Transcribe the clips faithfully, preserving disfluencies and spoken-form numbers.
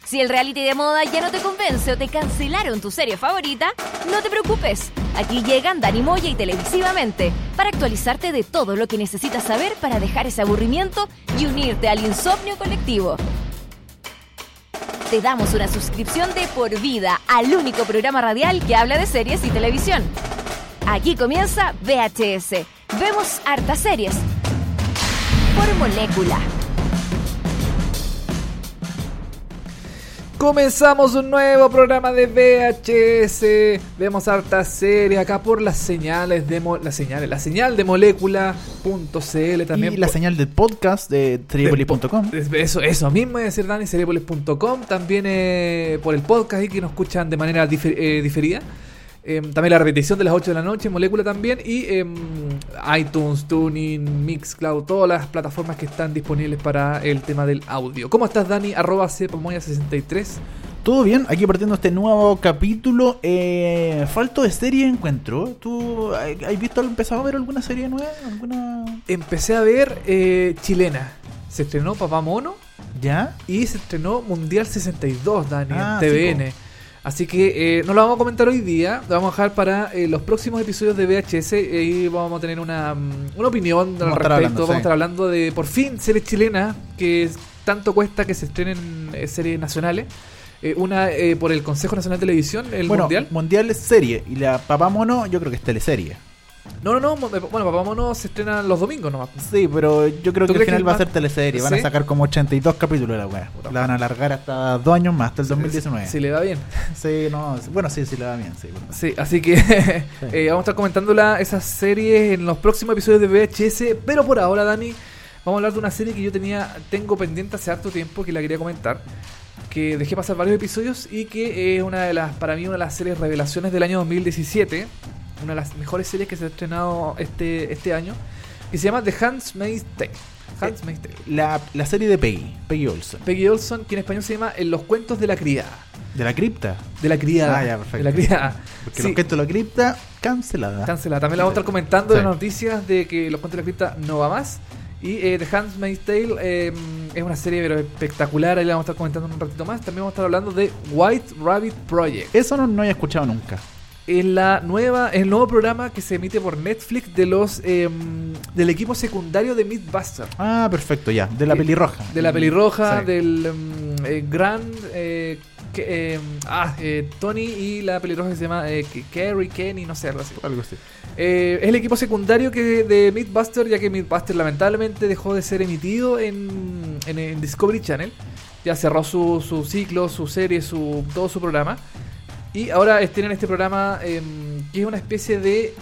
Si el reality de moda ya no te convence o te cancelaron tu serie favorita, no te preocupes. Aquí llegan Dani Moya y Televisivamente para actualizarte de todo lo que necesitas saber para dejar ese aburrimiento y unirte al insomnio colectivo. Te damos una suscripción de por vida al único programa radial que habla de series y televisión. Aquí comienza V H S. Vemos hartas series. Por Molécula. Comenzamos un nuevo programa de V H S. Vemos hartas series acá por las señales de mo- las señales, la señal de molécula punto c l también. Y la por, señal del podcast de Seriepolis punto com. Eso, eso mismo es decir, Dani, Seriepolis punto com. También eh, por el podcast ahí que nos escuchan de manera difer- eh, diferida. Eh, también la repetición de las ocho de la noche, Molécula también. Y eh, iTunes, Tuning, Mixcloud, todas las plataformas que están disponibles para el tema del audio. ¿Cómo estás, Dani? Arroba cpamoya sesenta y tres. Todo bien, aquí partiendo este nuevo capítulo. Eh, falto de serie encuentro. ¿Tú has visto, empezado a ver alguna serie nueva? ¿Alguna? Empecé a ver eh, chilena. Se estrenó Papá Mono. ¿Ya? Y se estrenó Mundial sesenta y dos, Dani, Ah, en T V N. sí, Así que eh, no lo vamos a comentar hoy día. Lo vamos a dejar para eh, los próximos episodios de V H S. Y vamos a tener una, una opinión al Vamos a estar respecto. hablando, Vamos a sí. estar hablando de, por fin, series chilenas que tanto cuesta que se estrenen eh, series nacionales. Eh, una eh, por el Consejo Nacional de Televisión, el bueno, Mundial. Mundial es serie. Y la Papá Mono, yo creo que es teleserie. No, no, no. mo- Bueno, Papá Mono se estrena los domingos nomás. Sí, pero yo creo ¿Tú que crees al que final va a más- ser teleserie. Van ¿Sí? a sacar como ochenta y dos capítulos de la weá. Puta La van a alargar hasta dos años más, hasta el dos mil diecinueve. Si le va bien. Sí, no, bueno, sí, sí le va bien, sí. verdad. Sí, así que eh, vamos a estar comentando la, esas series en los próximos episodios de V H S. Pero por ahora, Dani, vamos a hablar de una serie que yo tenía tengo pendiente hace harto tiempo, que la quería comentar, que dejé pasar varios episodios y que es una de las, para mí, una de las series revelaciones del año dos mil diecisiete. Una de las mejores series que se ha estrenado este, este año, que se llama The Handmaid's Tale. Handmaid's Tale. La, la serie de Peggy, Peggy Olson. Peggy Olson, que en español se llama En los cuentos de la criada. De la cripta. De la criada. Ah, ya, perfecto. De la criada. Porque Sí. los cuentos de la cripta, cancelada. Cancelada. También la vamos a estar comentando Sí. de las noticias de que Los Cuentos de la Cripta no va más. Y eh, The Handmaid's Tale eh, es una serie pero espectacular. Ahí la vamos a estar comentando en un ratito más. También vamos a estar hablando de White Rabbit Project. Eso no, no había escuchado nunca. Es la nueva, es el nuevo programa que se emite por Netflix de los eh, del equipo secundario de Mythbusters. Ah, perfecto, ya. De la Eh, pelirroja. De la pelirroja, Sí. del um, eh, gran eh, que, eh, ah, eh, Tony y la pelirroja que se llama eh, Carrie, Kenny, no sé, algo así. Algo así. Eh, es el equipo secundario que de Mythbusters, ya que Mythbusters lamentablemente dejó de ser emitido en, en, en Discovery Channel. Ya cerró su, su ciclo, su serie, su todo su programa. Y ahora tienen este programa eh, que es una especie de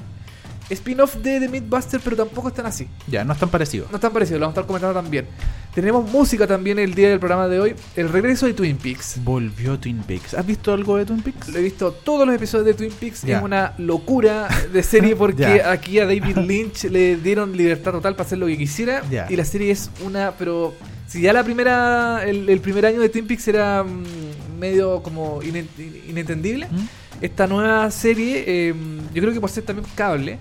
spin-off de The Mythbusters, pero tampoco están así. Ya, no es tan parecido. No están parecidos, lo vamos a estar comentando también. Tenemos música también el día del programa de hoy. El regreso de Twin Peaks. Volvió Twin Peaks. ¿Has visto algo de Twin Peaks? Lo he visto todos los episodios de Twin Peaks. Ya. Es una locura de serie porque Ya. aquí a David Lynch le dieron libertad total para hacer lo que quisiera. Ya. Y la serie es una, pero si ya la primera, el, el primer año de Twin Peaks era mm, medio como inen- inentendible, ¿Mm? esta nueva serie, eh, yo creo que por ser también cable,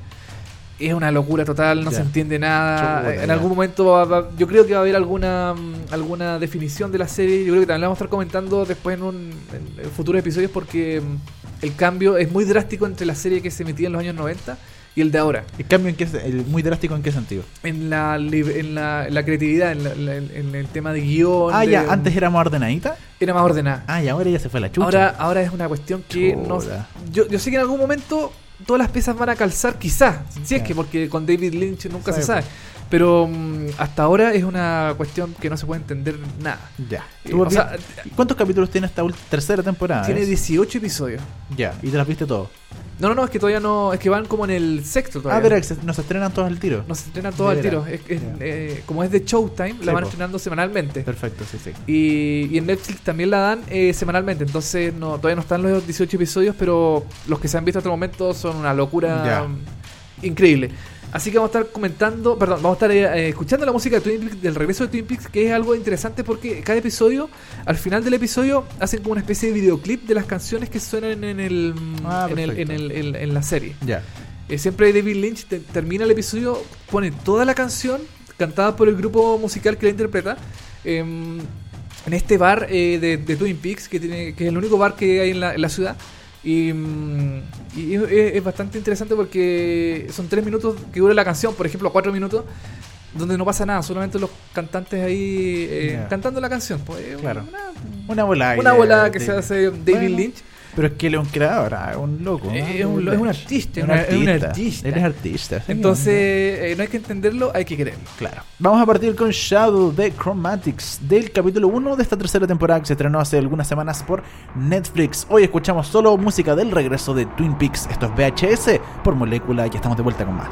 es una locura total, no Ya. se entiende nada. Chuta, En ya. algún momento va- va- yo creo que va a haber alguna mm, alguna definición de la serie. Yo creo que también la vamos a estar comentando después en, un, en, en futuros episodios porque mm, el cambio es muy drástico entre la serie que se emitía en los años noventa y el de ahora. ¿El cambio en qué, el, muy drástico en qué sentido? En la, lib- en la, en la creatividad, en, la- la- en el tema de guión. Ah, de- ya, antes era más ordenadita. era más ordenada. Ah, y ahora ya se fue la chucha. Ahora, ahora es una cuestión que no, Chuta. yo, yo sé que en algún momento todas las piezas van a calzar, quizás, si es Ya. que porque con David Lynch nunca Sabe, se sabe. Pero mm, hasta ahora es una cuestión que no se puede entender nada. Ya. Eh, ¿Tú o has sea, vi- ¿Cuántos capítulos tiene esta ult- tercera temporada? tiene es? dieciocho episodios. Ya, y te las viste todo. No, no, no, es que todavía no, es que van como en el sexto todavía. Ah, pero se- nos estrenan todos al tiro. No se estrenan todos De al tiro. veras. Es, es- Ya. eh, como es de Showtime, Sí, la van po. estrenando semanalmente. Perfecto, sí, sí. Y, y en Netflix también la dan eh, semanalmente. Entonces no, todavía no están los dieciocho episodios, pero los que se han visto hasta el momento son una locura Ya. mm, increíble. Así que vamos a estar comentando, perdón, vamos a estar eh, escuchando la música de Twin Peaks, del regreso de Twin Peaks, que es algo interesante porque cada episodio, al final del episodio, hacen como una especie de videoclip de las canciones que suenan en el, Ah, en, el en, perfecto. el- en- en la serie. Ya. Eh, siempre David Lynch te- termina el episodio, pone toda la canción cantada por el grupo musical que la interpreta. em, en este bar eh, de, de Twin Peaks, que tiene que es el único bar que hay en la, en la ciudad. Y, y es, es bastante interesante porque son tres minutos que dura la canción, por ejemplo, cuatro minutos, donde no pasa nada, solamente los cantantes ahí eh, Yeah. cantando la canción. Pues, Claro. Una, Una volada. una de- volada que de- se hace David Bueno, Lynch. Pero es que él es un creador, ah, es un loco. ¿no? Es un, es un artista, Es un una- es un artista. artista. Él es artista. sí. Entonces, eh, no hay que entenderlo, hay que quererlo. Claro. Vamos a partir con Shadow de Chromatics, del capítulo uno de esta tercera temporada que se estrenó hace algunas semanas por Netflix. Hoy escuchamos solo música del regreso de Twin Peaks. Esto es V H S por Molécula y estamos de vuelta con más.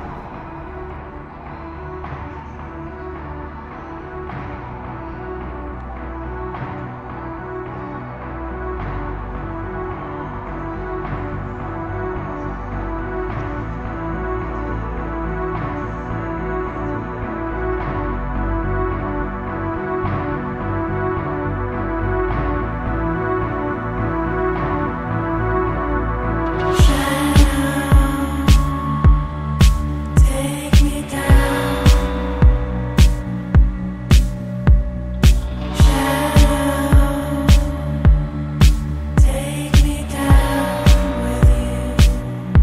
Take me down, shadow. Take me down with you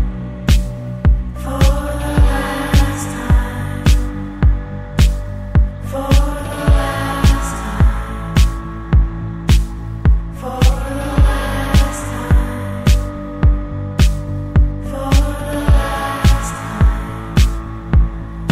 for the last time, for the last time, for the last time, for the last time.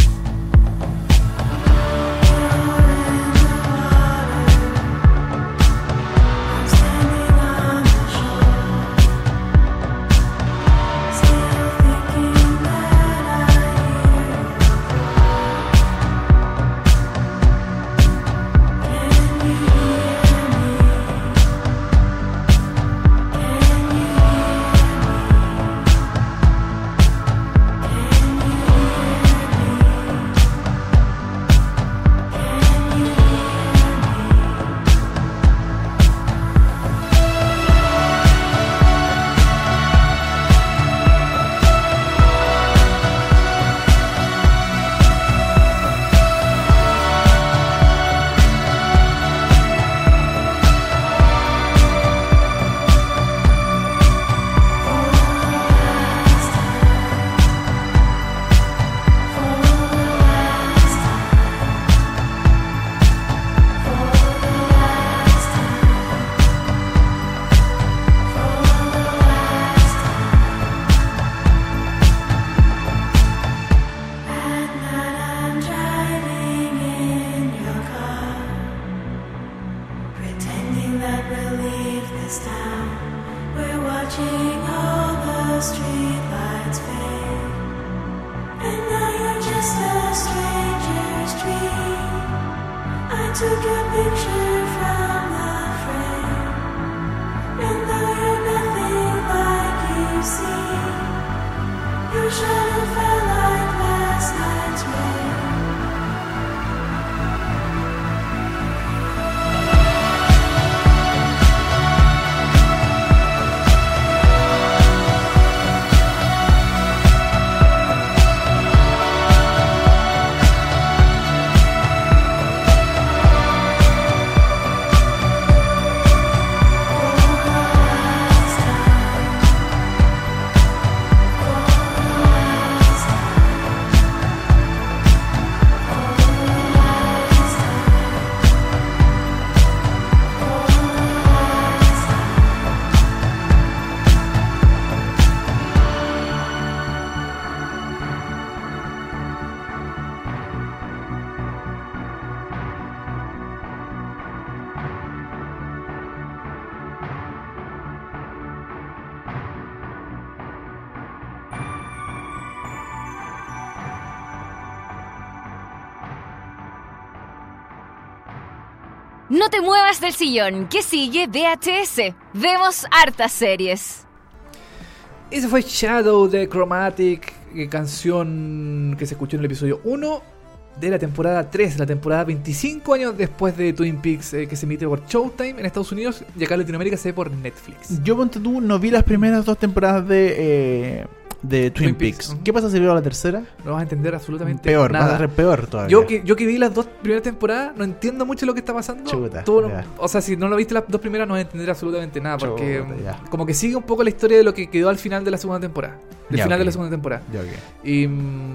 At night I'm driving in your car, pretending that we'll leave this town. We're watching all the streetlights fade, and now you're just a stranger's dream. I took your picture from the frame, and though you're nothing like you seem, your shadow fell like last night's rain. No te muevas del sillón, que sigue V H S. Vemos hartas series. Ese fue Shadow de Chromatic, eh, canción que se escuchó en el episodio uno de la temporada tres, la temporada veinticinco años después de Twin Peaks, eh, que se emite por Showtime en Estados Unidos y acá en Latinoamérica se ve por Netflix. Yo, ponte tú, no vi las primeras dos temporadas de, eh, de Twin, Twin Peaks. Peaks, ujú. ¿Qué pasa si veo la tercera? No vas a entender absolutamente Peor, va a nada. ser peor todavía. Yo que, yo que vi las dos primeras temporadas no entiendo mucho lo que está pasando. Chuta, Tú no- ya. o sea, si no lo viste las dos primeras no vas a entender absolutamente nada. Porque Chuta, ya. mm, como que sigue un poco la historia de lo que quedó al final de la segunda temporada. Del Ya, final ok. de la segunda temporada. Ya, ok. Y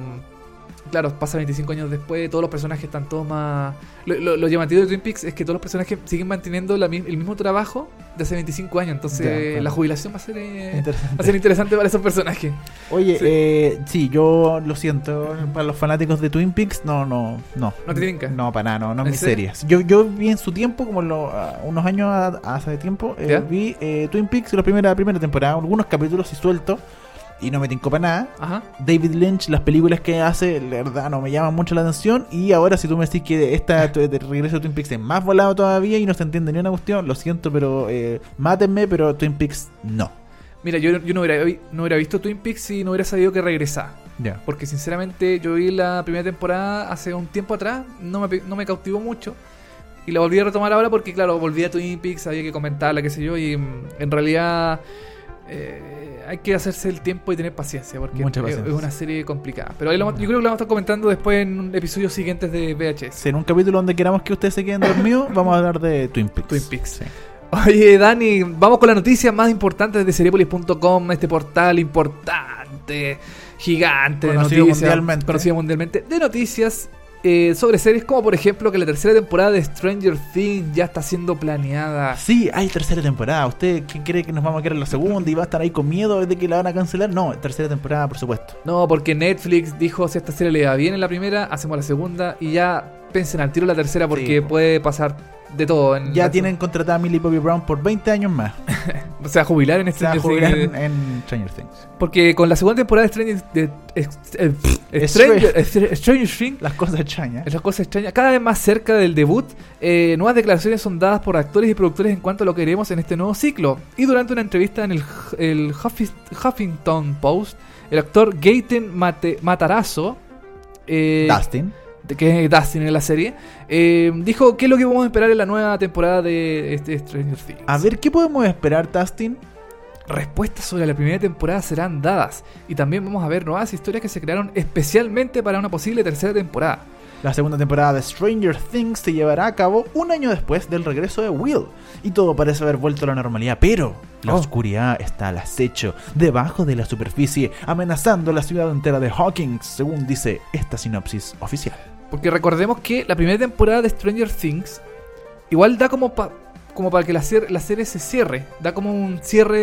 mm, claro, pasa veinticinco años después, todos los personajes están todos más... Lo, lo- lo llamativo de Twin Peaks es que todos los personajes siguen manteniendo la mi- el mismo trabajo de hace veinticinco años. Entonces Ya, claro. la jubilación va a ser... eh, Interesante. va a ser interesante para esos personajes. Oye, Sí. eh, sí, yo lo siento, para los fanáticos de Twin Peaks, no, no, no. ¿No te tinca? No, para nada, no, no es ¿En mi serio? serie. Yo, yo vi en su tiempo, como lo- a- unos años a- hace tiempo, eh, ¿Ya? vi eh, Twin Peaks, la primera, primera temporada, algunos capítulos y suelto, y no me tincó para nada. Ajá. David Lynch, las películas que hace, la verdad, no me llaman mucho la atención. Y ahora, si tú me decís que esta de de regreso de Twin Peaks es más volado todavía y no se entiende ni una cuestión, lo siento, pero eh, mátenme, pero Twin Peaks no. Mira, yo, yo no, hubiera, vi- no hubiera visto Twin Peaks si no hubiera sabido que regresaba. Ya. Porque sinceramente yo vi la primera temporada hace un tiempo atrás, no me, pe- no me cautivó mucho. Y la volví a retomar ahora porque, claro, volví a Twin Peaks, había que comentarla, qué sé yo. Y mm, en realidad eh, hay que hacerse el tiempo y tener paciencia. Porque Mucha es- paciencia. es una serie complicada. Pero ahí lo vamos- yo creo que lo vamos a estar comentando después en episodios siguientes de V H S. Si en un capítulo donde queramos que ustedes se queden dormidos, vamos a hablar de Twin Peaks. Twin Peaks. Sí. Oye, Dani, vamos con las noticias más importantes de Seriepolis punto com, este portal importante, gigante de Conocido noticias, mundialmente. conocido mundialmente, de noticias eh, sobre series como por ejemplo que la tercera temporada de Stranger Things ya está siendo planeada. Sí, hay tercera temporada. ¿Usted qué cree que nos vamos a quedar en la segunda y va a estar ahí con miedo de que la van a cancelar? No, tercera temporada, por supuesto. No, porque Netflix dijo si esta serie le va bien en la primera, hacemos la segunda y ya pensen al tiro la tercera porque Sí. puede pasar de todo. En Ya la- tienen contratada a Millie Bobby Brown por veinte años más. O sea, jubilar en Se va a Stranger jugar Things. en, en Stranger Things. Porque con la segunda temporada de Stranger, de, eh, eh, Es Stranger, eh, Stranger Things, Las cosas extrañas. es una cosa extraña, cada vez más cerca del debut, eh, nuevas declaraciones son dadas por actores y productores en cuanto a lo que veremos en este nuevo ciclo. Y durante una entrevista en el, el Huffi- Huffington Post, el actor Gaten Mate- Matarazzo, eh, Dustin. de- que es Dustin en la serie, eh, dijo qué es lo que vamos a esperar en la nueva temporada de este Stranger Things. A ver, ¿qué podemos esperar, Dustin? Respuestas sobre la primera temporada serán dadas y también vamos a ver nuevas historias que se crearon especialmente para una posible tercera temporada. La segunda temporada de Stranger Things se llevará a cabo un año después del regreso de Will. Y todo parece haber vuelto a la normalidad, pero la Oh. oscuridad está al acecho, debajo de la superficie, amenazando la ciudad entera de Hawkins, según dice esta sinopsis oficial. Porque recordemos que la primera temporada de Stranger Things igual da como pa- como para que la, cier- la serie se cierre, da como un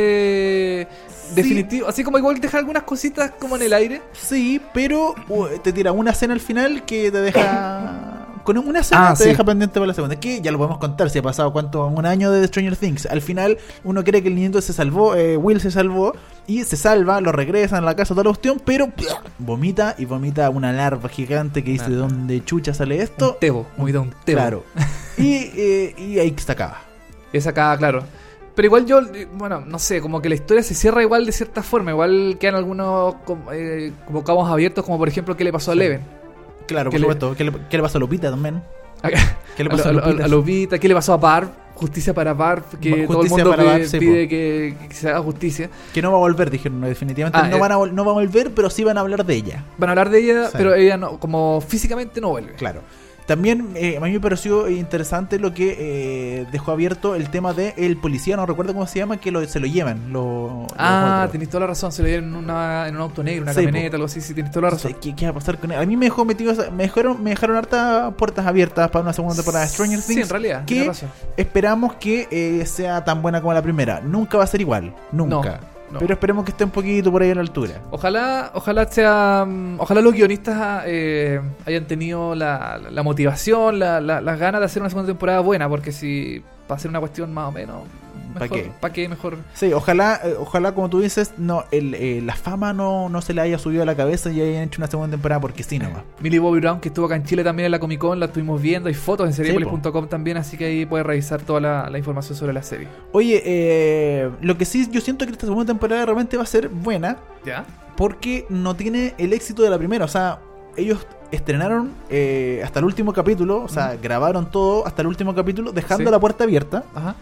cierre definitivo, así como igual deja algunas cositas como en el aire. Sí, pero uh, te tira una escena al final que te deja... Con una escena Ah, te sí. deja pendiente para la segunda. Que ya lo podemos contar si ha pasado cuánto, un año de Stranger Things. Al final uno cree que el niñito se salvó, eh, Will se salvó y se salva, lo regresan a la casa, toda la cuestión, pero ¡plá! vomita y vomita una larva gigante que dice: Una ¿de larva. dónde chucha sale esto? Un tebo, muy de un tebo. Claro. y, eh, y ahí se acaba. Es acá, claro. Pero igual yo, eh, bueno, no sé, como que la historia se cierra igual de cierta forma. Igual quedan algunos como, eh, como cabos abiertos, como por ejemplo qué le pasó a Sí. Eleven. Claro, ¿Qué por le- supuesto. ¿Qué le, qué le pasó a Lupita también? ¿Qué le A, pasó a, lo- a, Lupita? a Lupita, ¿qué le pasó a Barb? Justicia para Barb, que Justicia todo el mundo para pe- Barb, sí, pide po. que, que se haga justicia. Que no va a volver, dijeron, no, definitivamente. Ah, no, eh. van a, vol- no va a volver, pero sí van a hablar de ella. Van a hablar de ella, Sí. pero ella no, como físicamente no vuelve. Claro. También eh, a mí me pareció interesante lo que eh, dejó abierto el tema de el policía, no recuerdo cómo se llama, que lo, se lo llevan. Lo, Ah, los otros. tenés toda la razón, se lo dieron en, una, en un auto negro, una Sí, camioneta, po. algo así, sí, tenés toda la No sé, razón. ¿qué, qué va a pasar con él? A mí me dejó metido, esa- me dejaron, me dejaron hartas puertas abiertas para una segunda temporada de Stranger Sí, Things. en realidad, que tenés razón. esperamos que eh, sea tan buena como la primera. Nunca va a ser igual, nunca. no. Pero esperemos que esté un poquito por ahí a la altura. Ojalá, ojalá sea, mm, ojalá los guionistas eh, hayan tenido la, la- la motivación, la- la- las ganas de hacer una segunda temporada buena, porque si va a ser una cuestión más o menos, ¿Pa' mejor, qué? ¿para qué mejor? Sí, ojalá, eh, ojalá como tú dices, no, el, eh, la fama no, no se le haya subido a la cabeza y hayan hecho una segunda temporada porque sí nomás. Millie Bobby Brown, que estuvo acá en Chile también en la Comic Con, la estuvimos viendo, hay fotos en seriepolis punto com también, así que ahí puedes revisar toda la, la información sobre la serie. Oye, eh, lo que sí yo siento que esta segunda temporada realmente va a ser buena ¿Ya? porque no tiene el éxito de la primera. O sea, ellos estrenaron eh, hasta el último capítulo, o sea, grabaron todo hasta el último capítulo, dejando Sí. la puerta abierta. Ajá.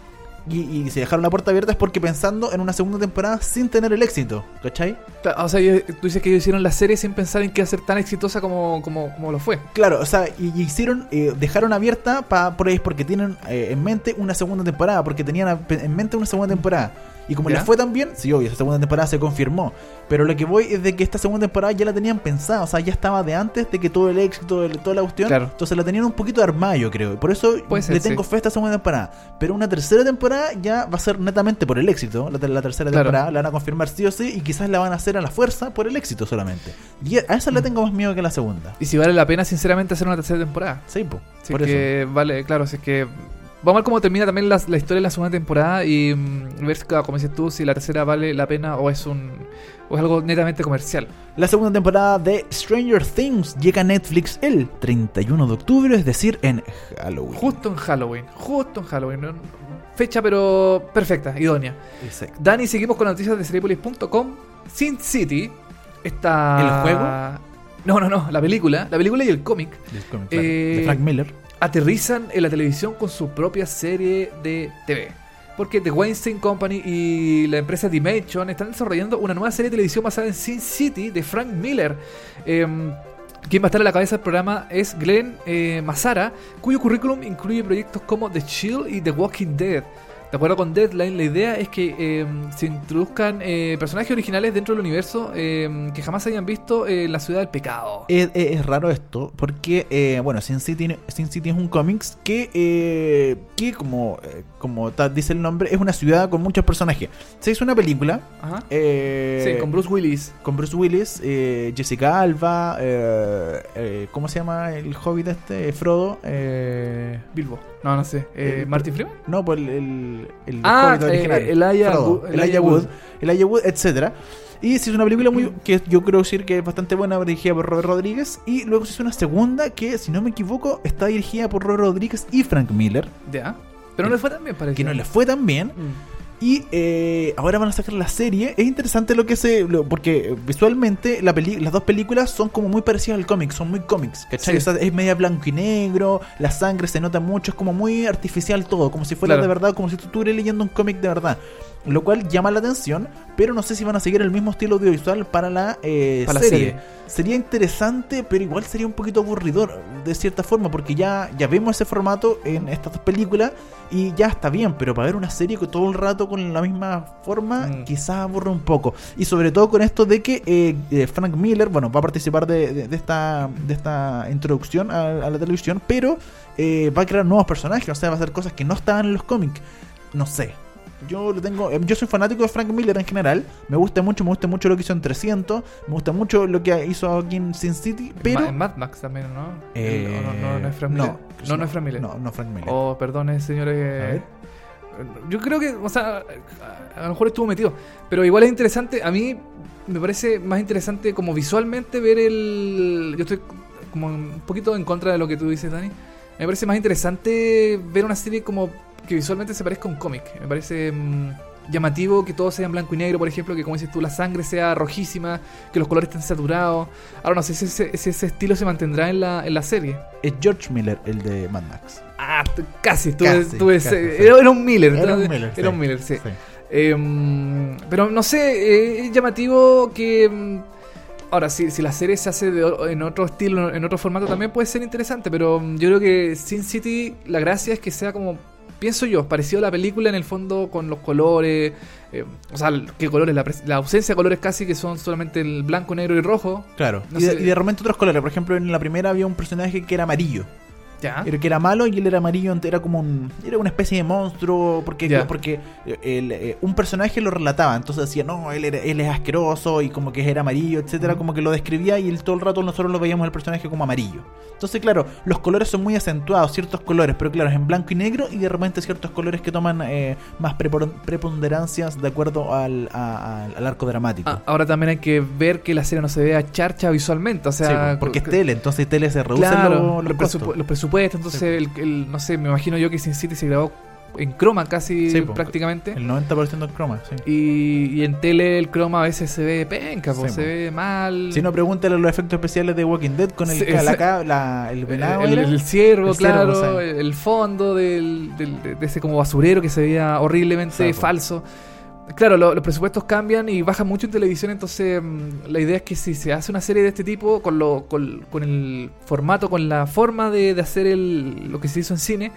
Y, y se dejaron la puerta abierta es porque pensando en una segunda temporada sin tener el éxito, ¿cachai? O sea, ellos- tú dices que ellos hicieron la serie sin pensar en que iba a ser tan exitosa como, como, como lo fue. Claro, o sea, y, y hicieron, eh, dejaron abierta pa, por ahí porque tienen eh, en mente una segunda temporada, porque tenían a- en mente una segunda temporada. Y como ¿Ya? les fue tan bien, sí, obvio, esa segunda temporada se confirmó. Pero lo que voy es de que esta segunda temporada ya la tenían pensada, o sea, ya estaba de antes de que todo el éxito, de toda la cuestión. Claro. Entonces la tenían un poquito armada, yo creo. Y por eso Puede ser, le tengo sí. fe a esta segunda temporada. Pero una tercera temporada ya va a ser netamente por el éxito. La, ter- la tercera Claro. temporada la van a confirmar sí o sí, y quizás la van a hacer a la fuerza por el éxito solamente. Y a esa Mm. le tengo más miedo que a la segunda. Y si vale la pena, sinceramente, hacer una tercera temporada. Sí, po, Si por es eso. que vale, claro, si es que vamos a ver cómo termina también la, la historia de la segunda temporada y mm, ver, claro, como dices tú, si la tercera vale la pena o es un o es algo netamente comercial. La segunda temporada de Stranger Things llega a Netflix el treinta y uno de octubre, es decir, en Halloween. Justo en Halloween, justo en Halloween. ¿no? Fecha pero perfecta, idónea. Exacto. Dani, seguimos con las noticias de Seriepolis punto com. Sin City está... ¿El juego? No, no, no, la película. La película y el cómic Del cómic, claro, Eh, de Frank Miller. aterrizan en la televisión con su propia serie de T V. Porque The Weinstein Company y la empresa Dimension están desarrollando una nueva serie de televisión basada en Sin City de Frank Miller. Eh, quien va a estar a la cabeza del programa es Glenn eh, Mazzara, cuyo currículum incluye proyectos como The Shield y The Walking Dead. De acuerdo con Deadline, la idea es que eh, se introduzcan eh, personajes originales dentro del universo eh, que jamás se hayan visto en la ciudad del pecado. Es, es- es raro esto, porque, eh, bueno, Sin City, Sin City es un cómics que, eh, que como, eh, como ta- dice el nombre, es una ciudad con muchos personajes. Se hizo una película. Ajá. eh, Sí, con Bruce Willis. con Bruce Willis, eh, Jessica Alba, eh, eh, ¿cómo se llama el hobbit este? Frodo. Eh, Bilbo. No, no sé. Eh, Eh, ¿Martin Freeman? no, pues el, el, el Ah, hobbit original. eh, Elijah Frodo, Wood- Elijah Elijah Wood, Wood. Elijah Wood, etcétera. Y se hizo una película muy que yo creo decir que es bastante buena, dirigida por Robert Rodríguez. Y luego se hizo una segunda que, si no me equivoco, está dirigida por Robert Rodríguez y Frank Miller, Ya. Pero no le fue tan bien, parece. que no les fue tan bien. Mm. Y eh, ahora van a sacar la serie. Es interesante lo que se... lo- porque visualmente la peli- las dos películas son como muy parecidas al cómic. Son muy cómics, ¿cachai? Sí. O sea, es media blanco y negro. La sangre se nota mucho. Es como muy artificial todo. Como si fuera Claro. de verdad. Como si tú estuvieras leyendo un cómic de verdad. Lo cual llama la atención. Pero no sé si van a seguir el mismo estilo audiovisual para la, eh, Para la serie. serie. Sería interesante, pero igual sería un poquito aburridor de cierta forma, porque ya, ya vemos ese formato en estas dos películas y ya está bien, pero para ver una serie que todo el rato con la misma forma, Mm. quizás aburre un poco. Y sobre todo con esto de que eh, eh, Frank Miller, bueno, va a participar de, de- de esta, de esta introducción a, a la televisión, pero eh, va a crear nuevos personajes, o sea, va a hacer cosas que no estaban en los cómics. No sé. Yo lo tengo, eh, yo soy fanático de Frank Miller en general. Me gusta mucho, me gusta mucho lo que hizo en trescientos. Me gusta mucho lo que hizo aquí en Sin City. Pero Ma- en Mad Max también, ¿no? eh, El- no, no, no es Frank no, Miller. No, no es Frank Miller. No, no Frank Miller. Oh, perdone, señores. A ver. Yo creo que, o sea, a lo mejor estuvo metido. Pero igual es interesante. A mí me parece más interesante como visualmente ver el... Yo estoy como un poquito en contra de lo que tú dices, Dani. Me parece más interesante ver una serie como que visualmente se parezca a un cómic. Me parece mm, llamativo que todo sea en blanco y negro, por ejemplo, que como dices tú, la sangre sea rojísima, que los colores estén saturados. Ahora no sé si ese, si ese estilo se mantendrá en la, en la serie. Es George Miller, el de Mad Max. Ah, t- casi, tuve, Casi, tuve casi, ese- sí. era, era un Miller. Era un ¿no? Miller, Era sí. un Miller, sí. Sí. Eh, pero no sé, eh, es llamativo que... mm, Ahora, si, si la serie se hace de o- en otro estilo, en otro formato, también puede ser interesante. Pero mm, yo creo que Sin City, la gracia es que sea como... Pienso yo, parecido a la película en el fondo con los colores. eh, o sea, ¿qué colores? La, pres- la ausencia de colores casi que son solamente el blanco, negro y rojo. Claro. No y, de, sé. y de repente otros colores. Por ejemplo, en la primera había un personaje que era amarillo. Ya. Era que era malo y él era amarillo, era como un, era una especie de monstruo, porque, Ya. porque el, eh, un personaje lo relataba, entonces decía, no, él, era- él es asqueroso y como que era amarillo, etcétera, Ujú. como que lo describía y el- todo el rato nosotros lo veíamos al personaje como amarillo. Entonces, claro, los colores son muy acentuados, ciertos colores, pero claro, es en blanco y negro y de repente ciertos colores que toman eh, más prepor- preponderancias de acuerdo al, a- al- al arco dramático. Ah, ahora también hay que ver que la serie no se vea charcha visualmente. O Sí, sea, porque es que- tele, entonces tele se reducen Claro, los, los los, costos. presupu- los presupuestos, entonces, el, el- no sé, me imagino yo que Sin City se grabó en croma casi Sí, po. prácticamente. El noventa por ciento en croma, sí. Y, y en tele el croma a veces se ve penca, po, Sí, se po. ve mal. Si no, pregúntale los efectos especiales de Walking Dead con el, Sí, ca- la, sí. ca- la- el venado. el, ¿era? el ciervo, El ciervo, claro, sí. el, el fondo del, del- de, de ese como basurero que se veía horriblemente Sí, po. falso. Claro, lo- los presupuestos cambian y bajan mucho en televisión, entonces mm, la idea es que si se hace una serie de este tipo, con lo con, con el formato, con la forma de, de hacer el, lo que se hizo en cine,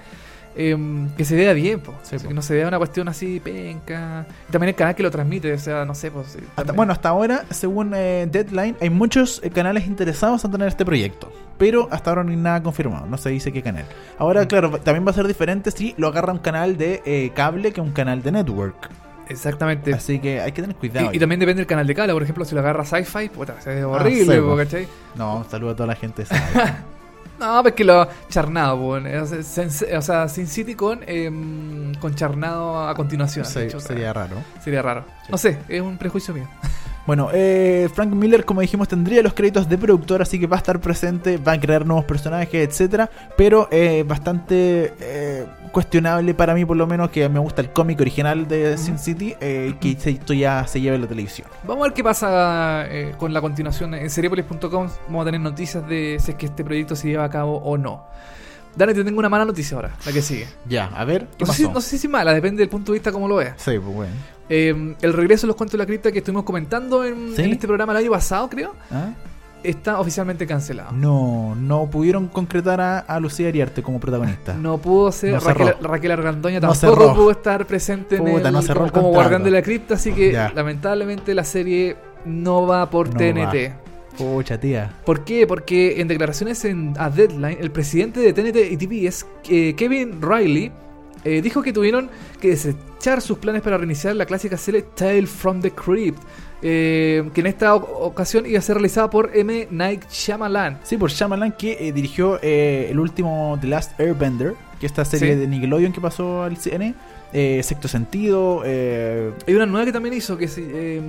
eh, que se vea bien, po. Sí, O sea, po. que no se vea una cuestión así penca. Y también el canal que lo transmite, o sea, no sé, pues... sí, Hasta- también. bueno, hasta ahora, según eh, Deadline, hay muchos eh, canales interesados en tener este proyecto. Pero hasta ahora no hay nada confirmado, no se dice qué canal. Ahora, claro, también va a ser diferente si lo agarra un canal de eh, cable que un canal de network. Exactamente. Así que hay que tener cuidado. Y, y también depende del canal de cable, por ejemplo, si lo agarra Sci-Fi, puta, se ve horrible, sí, po, po. ¿cachai? No, saludo a toda la gente. esa. No, pues que lo charnado, po, o sea, Sen- o sea, Sin City con, em, con charnado a continuación. Sí, de hecho, o sea, sería raro. sería raro. Sí. No sé, es un prejuicio mío. Bueno, eh, Frank Miller, como dijimos, tendría los créditos de productor, así que va a estar presente, va a crear nuevos personajes, etcétera. Pero eh, bastante eh, cuestionable para mí, por lo menos, que me gusta el cómic original de Sin City, eh, que esto ya se lleve a la televisión. Vamos a ver qué pasa eh, con la continuación. En seriepolis punto com vamos a tener noticias de si es que este proyecto se lleva a cabo o no. Dani, te tengo una mala noticia ahora, la que sigue. Ya, a ver, ¿qué No sé, si, pasó? no sé si mala, depende del punto de vista como lo veas. Sí, pues bueno. Eh, el regreso de los cuentos de la cripta que estuvimos comentando en, ¿Sí? en este programa el año pasado, creo, ¿Ah? está oficialmente cancelado. No, no pudieron concretar a, a Lucía Ariarte como protagonista. No pudo ser No Raquel, cerró. Raquel Argandoña, No tampoco cerró. pudo estar presente en Puta, el, no cerró como, el como contrato. guardián de la cripta, así que Ya. lamentablemente la serie no va por No T N T. Pucha, tía. ¿Por qué? Porque en declaraciones en, a Deadline, el presidente de T N T y T V S, eh, Kevin Riley, eh, dijo que tuvieron que desechar sus planes para reiniciar la clásica serie Tale from the Crypt, eh, que en esta o- ocasión iba a ser realizada por M. Night Shyamalan. Sí, por Shyamalan, que eh, dirigió eh, el último The Last Airbender, que esta serie Sí. de Nickelodeon que pasó al cine. Eh, Sexto Sentido. Eh, Hay una nueva que también hizo, que se... eh,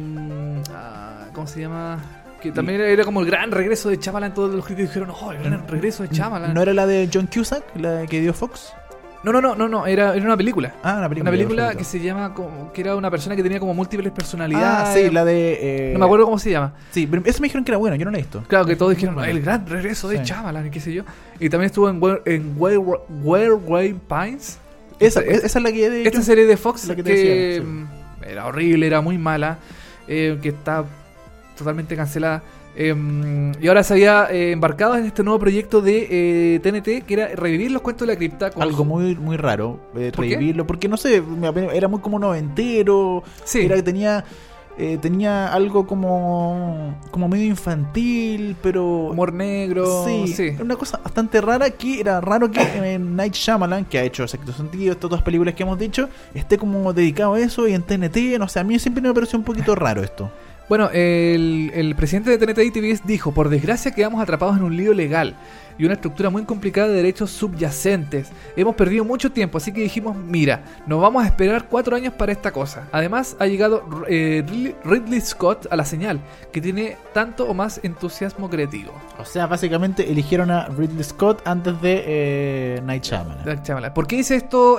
ah, ¿cómo se llama? Que también era como el gran regreso de Shyamalan. Todos los críticos dijeron, oh, el gran regreso de Shyamalan. ¿No era la de John Cusack, la que dio Fox? No, no, no, no, no, era, era una película. Ah, una película. Una película perfecto. que se llama como, que era una persona que tenía como múltiples personalidades. Ah, sí, la de. eh, No me acuerdo cómo se llama. Sí, pero eso me dijeron que era bueno, yo no la he visto. Claro, que todos dijeron, Bueno. el gran regreso de Sí. Shyamalan y qué sé yo. Y también estuvo en Where, en Where, Where Wayne Pines. Esa, Esta- esa es la que de. Esta John- serie de Fox la que, que te decía, sí. mm, era horrible, era muy mala, eh, que está totalmente cancelada. Eh, y ahora se había eh, embarcado en este nuevo proyecto de eh, T N T, que era revivir los cuentos de la cripta. Con Algo su- muy muy raro, eh, ¿Por qué? revivirlo, porque no sé, me ape- era muy como noventero, Sí. era que tenía eh, tenía algo como como medio infantil, pero humor negro. sí, Sí. era una cosa bastante rara, que era raro que eh, Night Shyamalan, que ha hecho Sexto Sentido, estas dos películas que hemos dicho, esté como dedicado a eso y en T N T, no sé, a mí siempre me pareció un poquito raro esto. Bueno, el, el presidente de T N T y T V S dijo, por desgracia quedamos atrapados en un lío legal y una estructura muy complicada de derechos subyacentes. Hemos perdido mucho tiempo, así que dijimos, mira, nos vamos a esperar cuatro años para esta cosa. Además, ha llegado eh, Ridley- Ridley Scott a la señal, que tiene tanto o más entusiasmo creativo. O sea, básicamente eligieron a Ridley Scott antes de eh, Night Shyamalan. Jack Shyamalan. ¿Por qué dice esto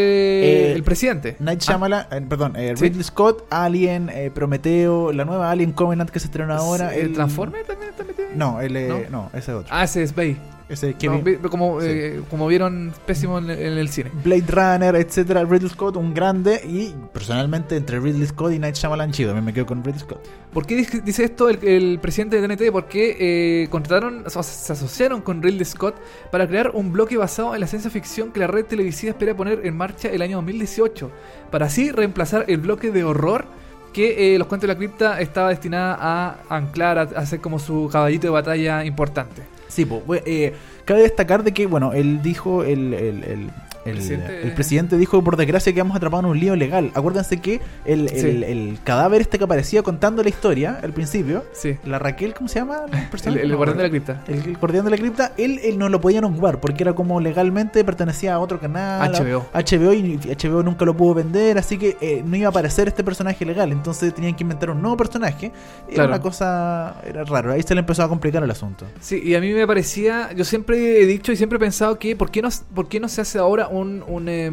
eh, Eh, el presidente? Night Ah, Shyamalan, eh, perdón, eh, Sí. Ridley Scott, Alien, eh, Prometeo, la nueva Alien Covenant que se estrena ahora. ¿El Transformer también está metido ahí? No, el, eh, ¿No? no, ese es otro. Ah, ese es Bay. Ese No, Kevin. vi- como, Sí. eh, como vieron, pésimo en, en el cine. Blade Runner, etcétera. Ridley Scott, un grande. Y personalmente, entre Ridley Scott y Night Shyamalan, chido. A mí me quedo con Ridley Scott. ¿Por qué dice dice esto el, el presidente de T N T? Porque eh, contrataron, o sea, se asociaron con Ridley Scott para crear un bloque basado en la ciencia ficción que la red televisiva espera poner en marcha el año dos mil dieciocho, para así reemplazar el bloque de horror que eh, Los Cuentos de la Cripta estaba destinada a anclar, a, a hacer como su caballito de batalla importante. Sí, pues, eh, cabe destacar de que, bueno, él dijo, el, el, el, el, Presidente- el presidente dijo, por desgracia, que hemos atrapado en un lío legal. Acuérdense que el, Sí. el, el cadáver este que aparecía contando la historia al principio, Sí. la Raquel, ¿cómo se llama? la El, persona? el No, guardián de la cripta. El, el guardián de la cripta, él, él no lo podían ocupar porque era como legalmente pertenecía a otro canal, H B O. a H B O, y H B O nunca lo pudo vender, así que eh, no iba a aparecer este personaje legal, entonces tenían que inventar un nuevo personaje. Era Claro. una cosa, era raro, ahí se le empezó a complicar el asunto. Sí, y a mí me parecía, yo siempre he dicho y siempre he pensado que ¿por qué no, por qué no se hace ahora un un, eh,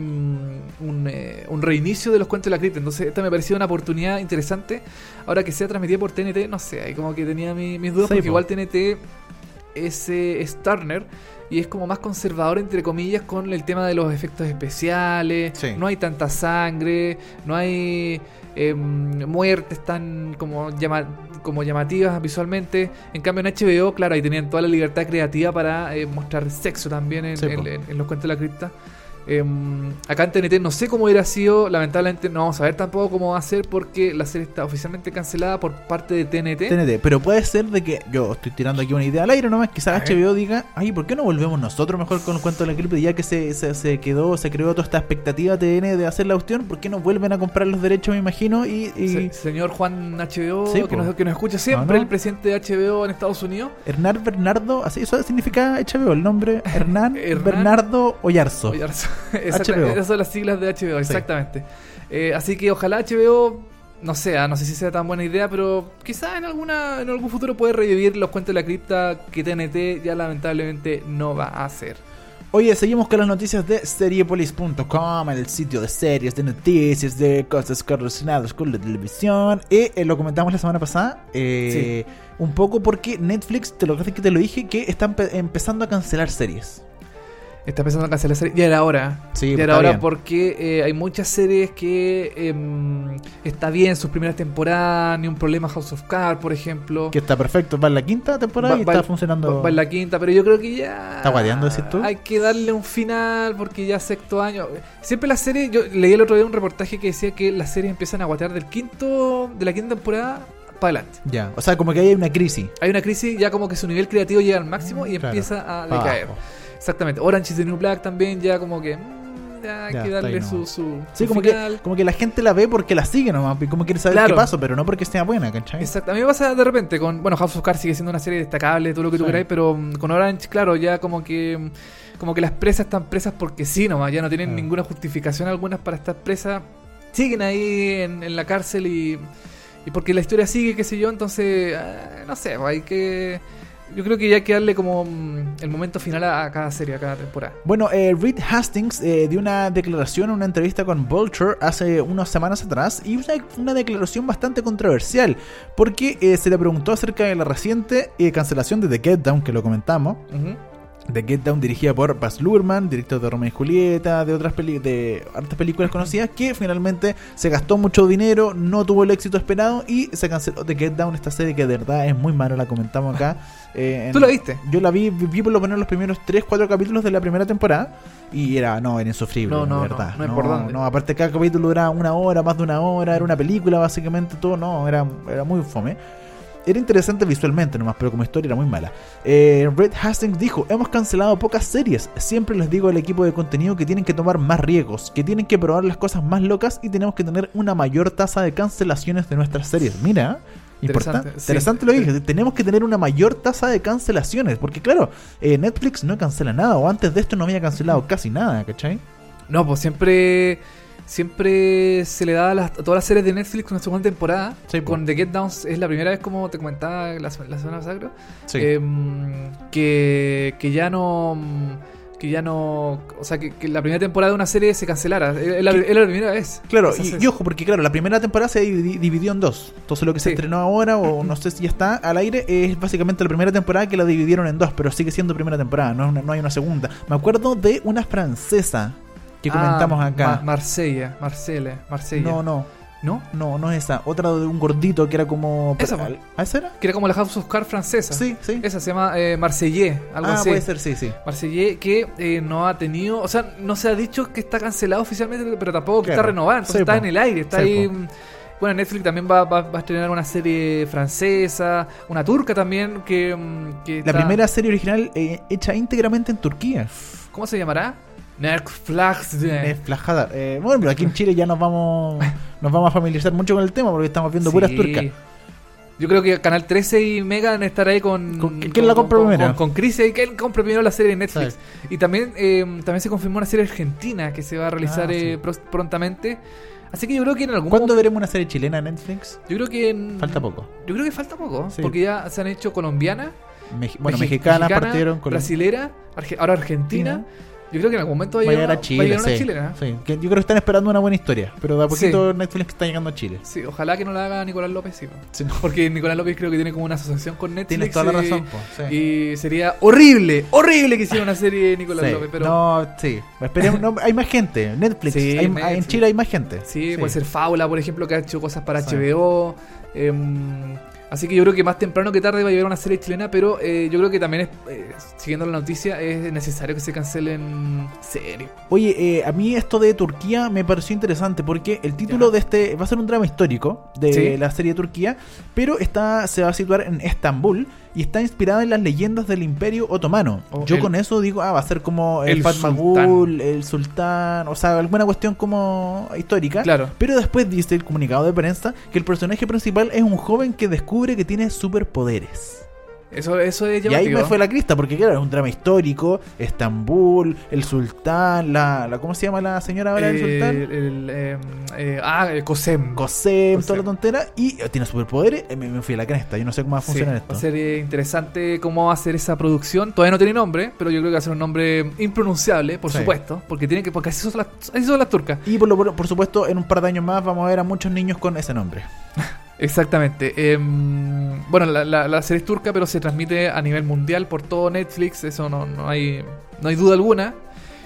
un, eh, un reinicio de los cuentos de la cripta. Entonces esta me pareció una oportunidad interesante. Ahora que sea transmitida por T N T, no sé, ahí como que tenía mi, mis dudas, Sí, porque po. igual T N T es, eh, es Turner y es como más conservador, entre comillas, con el tema de los efectos especiales. Sí. No hay tanta sangre, no hay eh, muertes tan como, llama, como llamativas visualmente. En cambio en H B O, claro, ahí tenían toda la libertad creativa para eh, mostrar sexo también en, Sí, en- po. en- en los cuentos de la cripta. Eh, acá en T N T no sé cómo hubiera sido, lamentablemente no vamos a ver tampoco cómo va a ser, porque la serie está oficialmente cancelada por parte de T N T. T N T, pero puede ser de que yo estoy tirando aquí una idea al aire nomás, quizás A H ver. B O diga, ay, ¿por qué no volvemos nosotros mejor con el cuento de la cripta? Ya que se, se, se quedó, se creó toda esta expectativa T N de hacer la cuestión, ¿por qué no vuelven a comprar los derechos, me imagino? Y, y Se- señor Juan H B O, Sí, que, po. nos, que nos escucha siempre, No, no. el presidente de H B O en Estados Unidos. Hernán Bernardo, así eso significa H B O, el nombre Hernán, Hernán Bernardo Oyarzo. Oye, ahora- exacta- H B O. Esas son las siglas de H B O, exactamente. Eh, así que ojalá H B O, no sé, ah, no sé si sea tan buena idea, pero quizá en alguna en algún futuro puede revivir los cuentos de la cripta que T N T ya lamentablemente no va a hacer. Oye, seguimos con las noticias de seriepolis punto com, el sitio de series, de noticias, de cosas relacionadas con la televisión. Y eh, lo comentamos la semana pasada, eh, un poco porque Netflix, te lo que te lo dije, que están empe- empezando a cancelar series. Está empezando a cancelar la serie. Ya era hora. Sí, ya pues, era está hora bien. porque eh, hay muchas series que em, está bien sus primeras temporadas, ni un problema House of Cards, por ejemplo. Que está perfecto, va en la quinta temporada Va- y va- está funcionando. Va, va en la quinta, pero yo creo que ya. ¿Está guateando, decís tú? Hay que darle un final porque ya sexto año. Siempre la serie. Yo leí el otro día un reportaje que decía que las series empiezan a guatear del quinto. De la quinta temporada para adelante. Ya, o sea, como que ahí hay una crisis. Hay una crisis, ya como que su nivel creativo llega al máximo y Claro. empieza a Pa' decaer. abajo. Exactamente. Orange is the New Black también, ya como que. mm, ya hay Ya, que está darle ahí su, nomás. su, Sí, su como final. que, como que la gente la ve porque la sigue nomás, y como quiere saber Claro. qué pasó, pero no porque sea buena, ¿cachai? Exacto. A mí me pasa de repente con. Bueno, House of Cards sigue siendo una serie destacable, todo lo que tú Sí. queráis, pero mm, con Orange, claro, ya como que. mm, Como que las presas están presas porque sí nomás, ya no tienen Ah. ninguna justificación algunas para estar presas. Siguen ahí en, en la cárcel y. Y porque la historia sigue, qué sé yo, entonces. eh, no sé, hay que. Yo creo que ya hay que darle como mm, el momento final a, a cada serie, a cada temporada. Bueno, eh, Reed Hastings eh, dio una declaración en una entrevista con Vulture hace unas semanas atrás y una, una declaración bastante controversial porque eh, se le preguntó acerca de la reciente eh, cancelación de The Get Down, que lo comentamos. Ujú. The Get Down, dirigida por Baz Luhrmann, director de Romeo y Julieta, de otras peli de otras películas conocidas, que finalmente se gastó mucho dinero, no tuvo el éxito esperado y se canceló The Get Down, esta serie que de verdad es muy mala, la comentamos acá. Eh, en- ¿Tú la viste? Yo la vi, vi por lo menos los primeros tres cuatro capítulos de la primera temporada y era, no, era insufrible, No, no, de verdad. no, no hay por dónde. no, aparte cada capítulo duraba una hora, más de una hora, era una película básicamente, todo, no, era, era muy fome. Era interesante visualmente nomás, pero como historia era muy mala. Eh, Reed Hastings dijo, hemos cancelado pocas series. Siempre les digo al equipo de contenido que tienen que tomar más riesgos, que tienen que probar las cosas más locas y tenemos que tener una mayor tasa de cancelaciones de nuestras series. Mira, importante. Interesante, sí. Interesante lo dije. Tenemos que tener una mayor tasa de cancelaciones, porque claro, eh, Netflix no cancela nada, o antes de esto no había cancelado casi nada, ¿cachai? No, pues siempre siempre se le da a, las- a todas las series de Netflix una segunda temporada. Sí, po. Con The Get Down es la primera vez, como te comentaba la, se- la semana pasada, creo, Sí. em, que, que ya no... Que ya no... O sea, que, que la primera temporada de una serie se cancelara. Es la, Que- es la primera vez. Claro, Esa y, serie. y ojo, porque claro, la primera temporada se dividi- dividió en dos. Entonces lo que se Sí. estrenó ahora, o no sé si ya está al aire, es básicamente la primera temporada que la dividieron en dos, pero sigue siendo primera temporada, no, es una- no hay una segunda. Me acuerdo de una francesa que Ah, comentamos acá. Ma- Marsella, Marsella, Marsella. no, no, ¿No? no, no es esa. Otra de un gordito que era como... Esa, po. ¿Ah, esa era? Que era como la House of Cards francesa. Sí, sí. Esa se llama eh, Marsellais, algo ah, así. puede ser, sí, sí. Marsellais, que eh, no ha tenido, o sea, no se ha dicho que está cancelado oficialmente, pero tampoco que Claro. está renovada, entonces Sí, está po. en el aire, está Sí, ahí. po. mm, Bueno, Netflix también va, va, va a estrenar una serie francesa, una turca también, que, mm, que La está- primera serie original eh, hecha íntegramente en Turquía. ¿Cómo se llamará? Netflix. Es flajada. Eh, bueno, pero aquí en Chile ya nos vamos nos vamos a familiarizar mucho con el tema porque estamos viendo puras Sí. turcas. Yo creo que Canal trece y Mega van a estar ahí con... ¿Con quién la compra con, primero? Con, con Chris y quién compra primero la serie de Netflix. Sí. Y también, eh, también se confirmó una serie argentina que se va a realizar Ah, sí. eh, pros- prontamente. Así que yo creo que en algún ¿Cuándo momento... veremos una serie chilena en Netflix? Yo creo que... en- Falta poco. Yo creo que falta poco. Sí. Porque ya se han hecho colombiana, Meji- bueno, mexi- mexicanas mexicana, partieron con brasilera, arge- ahora argentina. Argentina. Yo creo que en algún momento va a Va a llegar llegar a una- Chile, va a llegar una sí. chilena. Sí, que yo creo que están esperando una buena historia, pero de a poquito Netflix está llegando a Chile. Sí, ojalá que no la haga Nicolás López, sí, po. Sí, no. Porque Nicolás López creo que tiene como una asociación con Netflix. Tienes toda la y- razón, po, sí. Y sería horrible, horrible que hiciera una serie de Nicolás Sí. López, pero No, sí. Esperemos, no, hay más gente. Netflix. Sí, hay- Netflix. En Chile hay más gente. sí, puede ser Fábula, por ejemplo, que ha hecho cosas para Sí. H B O. em, así que yo creo que más temprano que tarde va a llegar una serie chilena, pero eh, yo creo que también, es, eh, siguiendo la noticia, es necesario que se cancelen series. Oye, eh, a mí esto de Turquía me pareció interesante porque el título Ya. de este va a ser un drama histórico de Sí. la serie de Turquía, pero está se va a situar en Estambul y está inspirada en las leyendas del Imperio Otomano. Oh, Yo el- con eso digo, ah, va a ser como el, el Fatmagul, el sultán, o sea, alguna cuestión como histórica. Claro. Pero después dice el comunicado de prensa que el personaje principal es un joven que descubre que tiene superpoderes. Eso, eso es Y ahí llamativo. me fue la crista, porque claro, es un drama histórico, Estambul, el sultán, la, la ¿cómo se llama la señora ahora del Eh, sultán? el, em, eh, ah, el Cosem. Cosem, Cosem. toda la tontera, y eh, tiene superpoderes, eh, me, me fui a la cresta, yo no sé cómo va a Sí, funcionar va esto. a ser eh, interesante cómo va a ser esa producción. Todavía no tiene nombre, pero yo creo que va a ser un nombre impronunciable, por Sí. supuesto, porque tiene que, porque así son las, así son las turcas. Y por, lo, por, por supuesto, en un par de años más vamos a ver a muchos niños con ese nombre. Exactamente. Em, bueno, la, la, la serie es turca, pero se transmite a nivel mundial por todo Netflix. Eso no, no hay no hay duda alguna.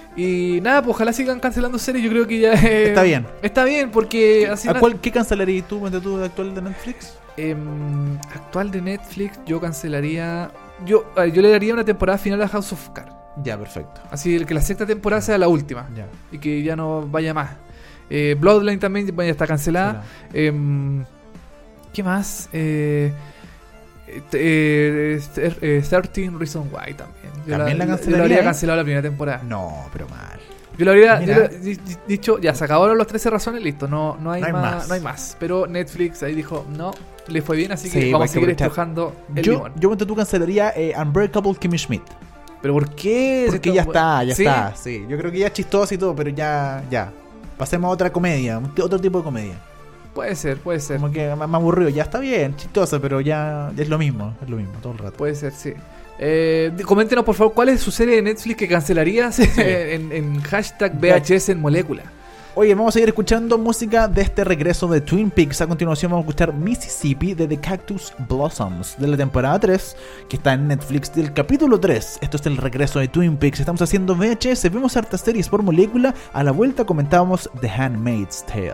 Y nada, pues ojalá sigan cancelando series. Yo creo que ya eh, Está bien. Está bien, porque así ¿A na- cuál, ¿Qué cancelarías tú, ponte tú, de actual de Netflix? em, actual de Netflix, yo cancelaría. Yo, a ver, yo le daría una temporada final a House of Cards. Ya, perfecto. Así que la sexta temporada sea la última. Ya. Y que ya no vaya más. Eh, Bloodline también bueno, ya está cancelada. Em, ¿Qué más? Eh, eh, eh, eh, trece Reasons Why también. Yo ¿También la yo cancelaría, la habría eh? cancelado la primera temporada. No, pero mal. Yo lo habría Mira. yo lo- di- di- dicho, ya se acabaron los trece razones, listo, no, no, hay, No hay más, más. no hay más. Pero Netflix ahí dijo, no, le fue bien, así Sí, que vamos hay a que seguir aprovechar. estrujando el Yo, limón. yo ponte tú cancelaría eh, Unbreakable Kimmy Schmidt. ¿Pero por qué? Si Porque ya está, ya ¿Sí? está, sí. Yo creo que ya es chistoso y todo, pero ya, ya. Pasemos a otra comedia, un- otro tipo de comedia. Puede ser, puede ser. Como que me me aburrido, ya está bien, chistoso, pero ya, ya es lo mismo, es lo mismo, todo el rato. Puede ser, sí. Eh, di- coméntenos por favor cuál es su serie de Netflix que cancelarías en, en hashtag V H S en molécula. Oye, vamos a seguir escuchando música de este regreso de Twin Peaks. A continuación vamos a escuchar Mississippi de The Cactus Blossoms de la temporada tres, que está en Netflix del capítulo tres. Esto es el regreso de Twin Peaks. Estamos haciendo V H S, vemos hartas series por molécula. A la vuelta comentábamos The Handmaid's Tale.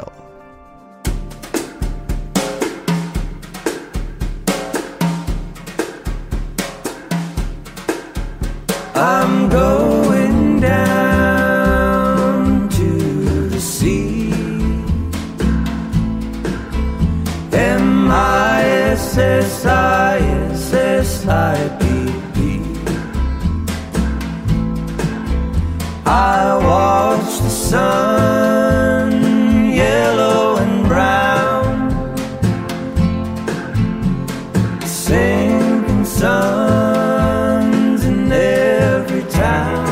I'm going down to the sea. M I S S I S S I P P. I watch the sun, yellow and brown, sinking suns in every town.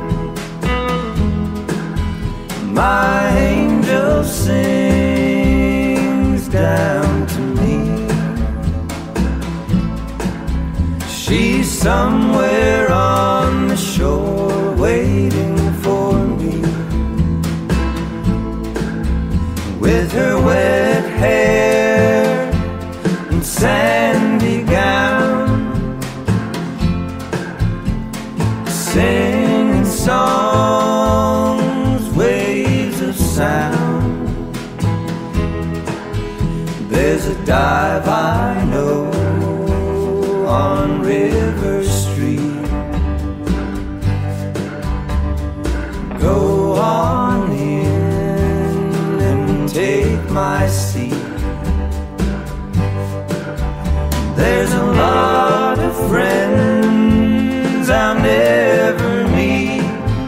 My angel sings down to me. She's somewhere on the shore waiting for me, with her wet hair and sandy gown, singing songs, waves of sound. There's a dive I know on River Street. Go on in and take my seat. There's a lot of friends I'll never meet.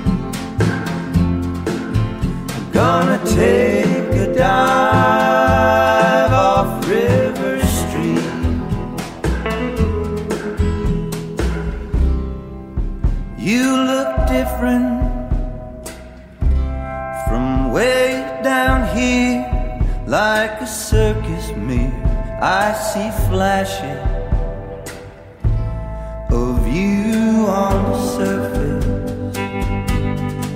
Gonna take a dive off River Street. You look different from way down here, like a circus mirror. I see flashes of you on the surface.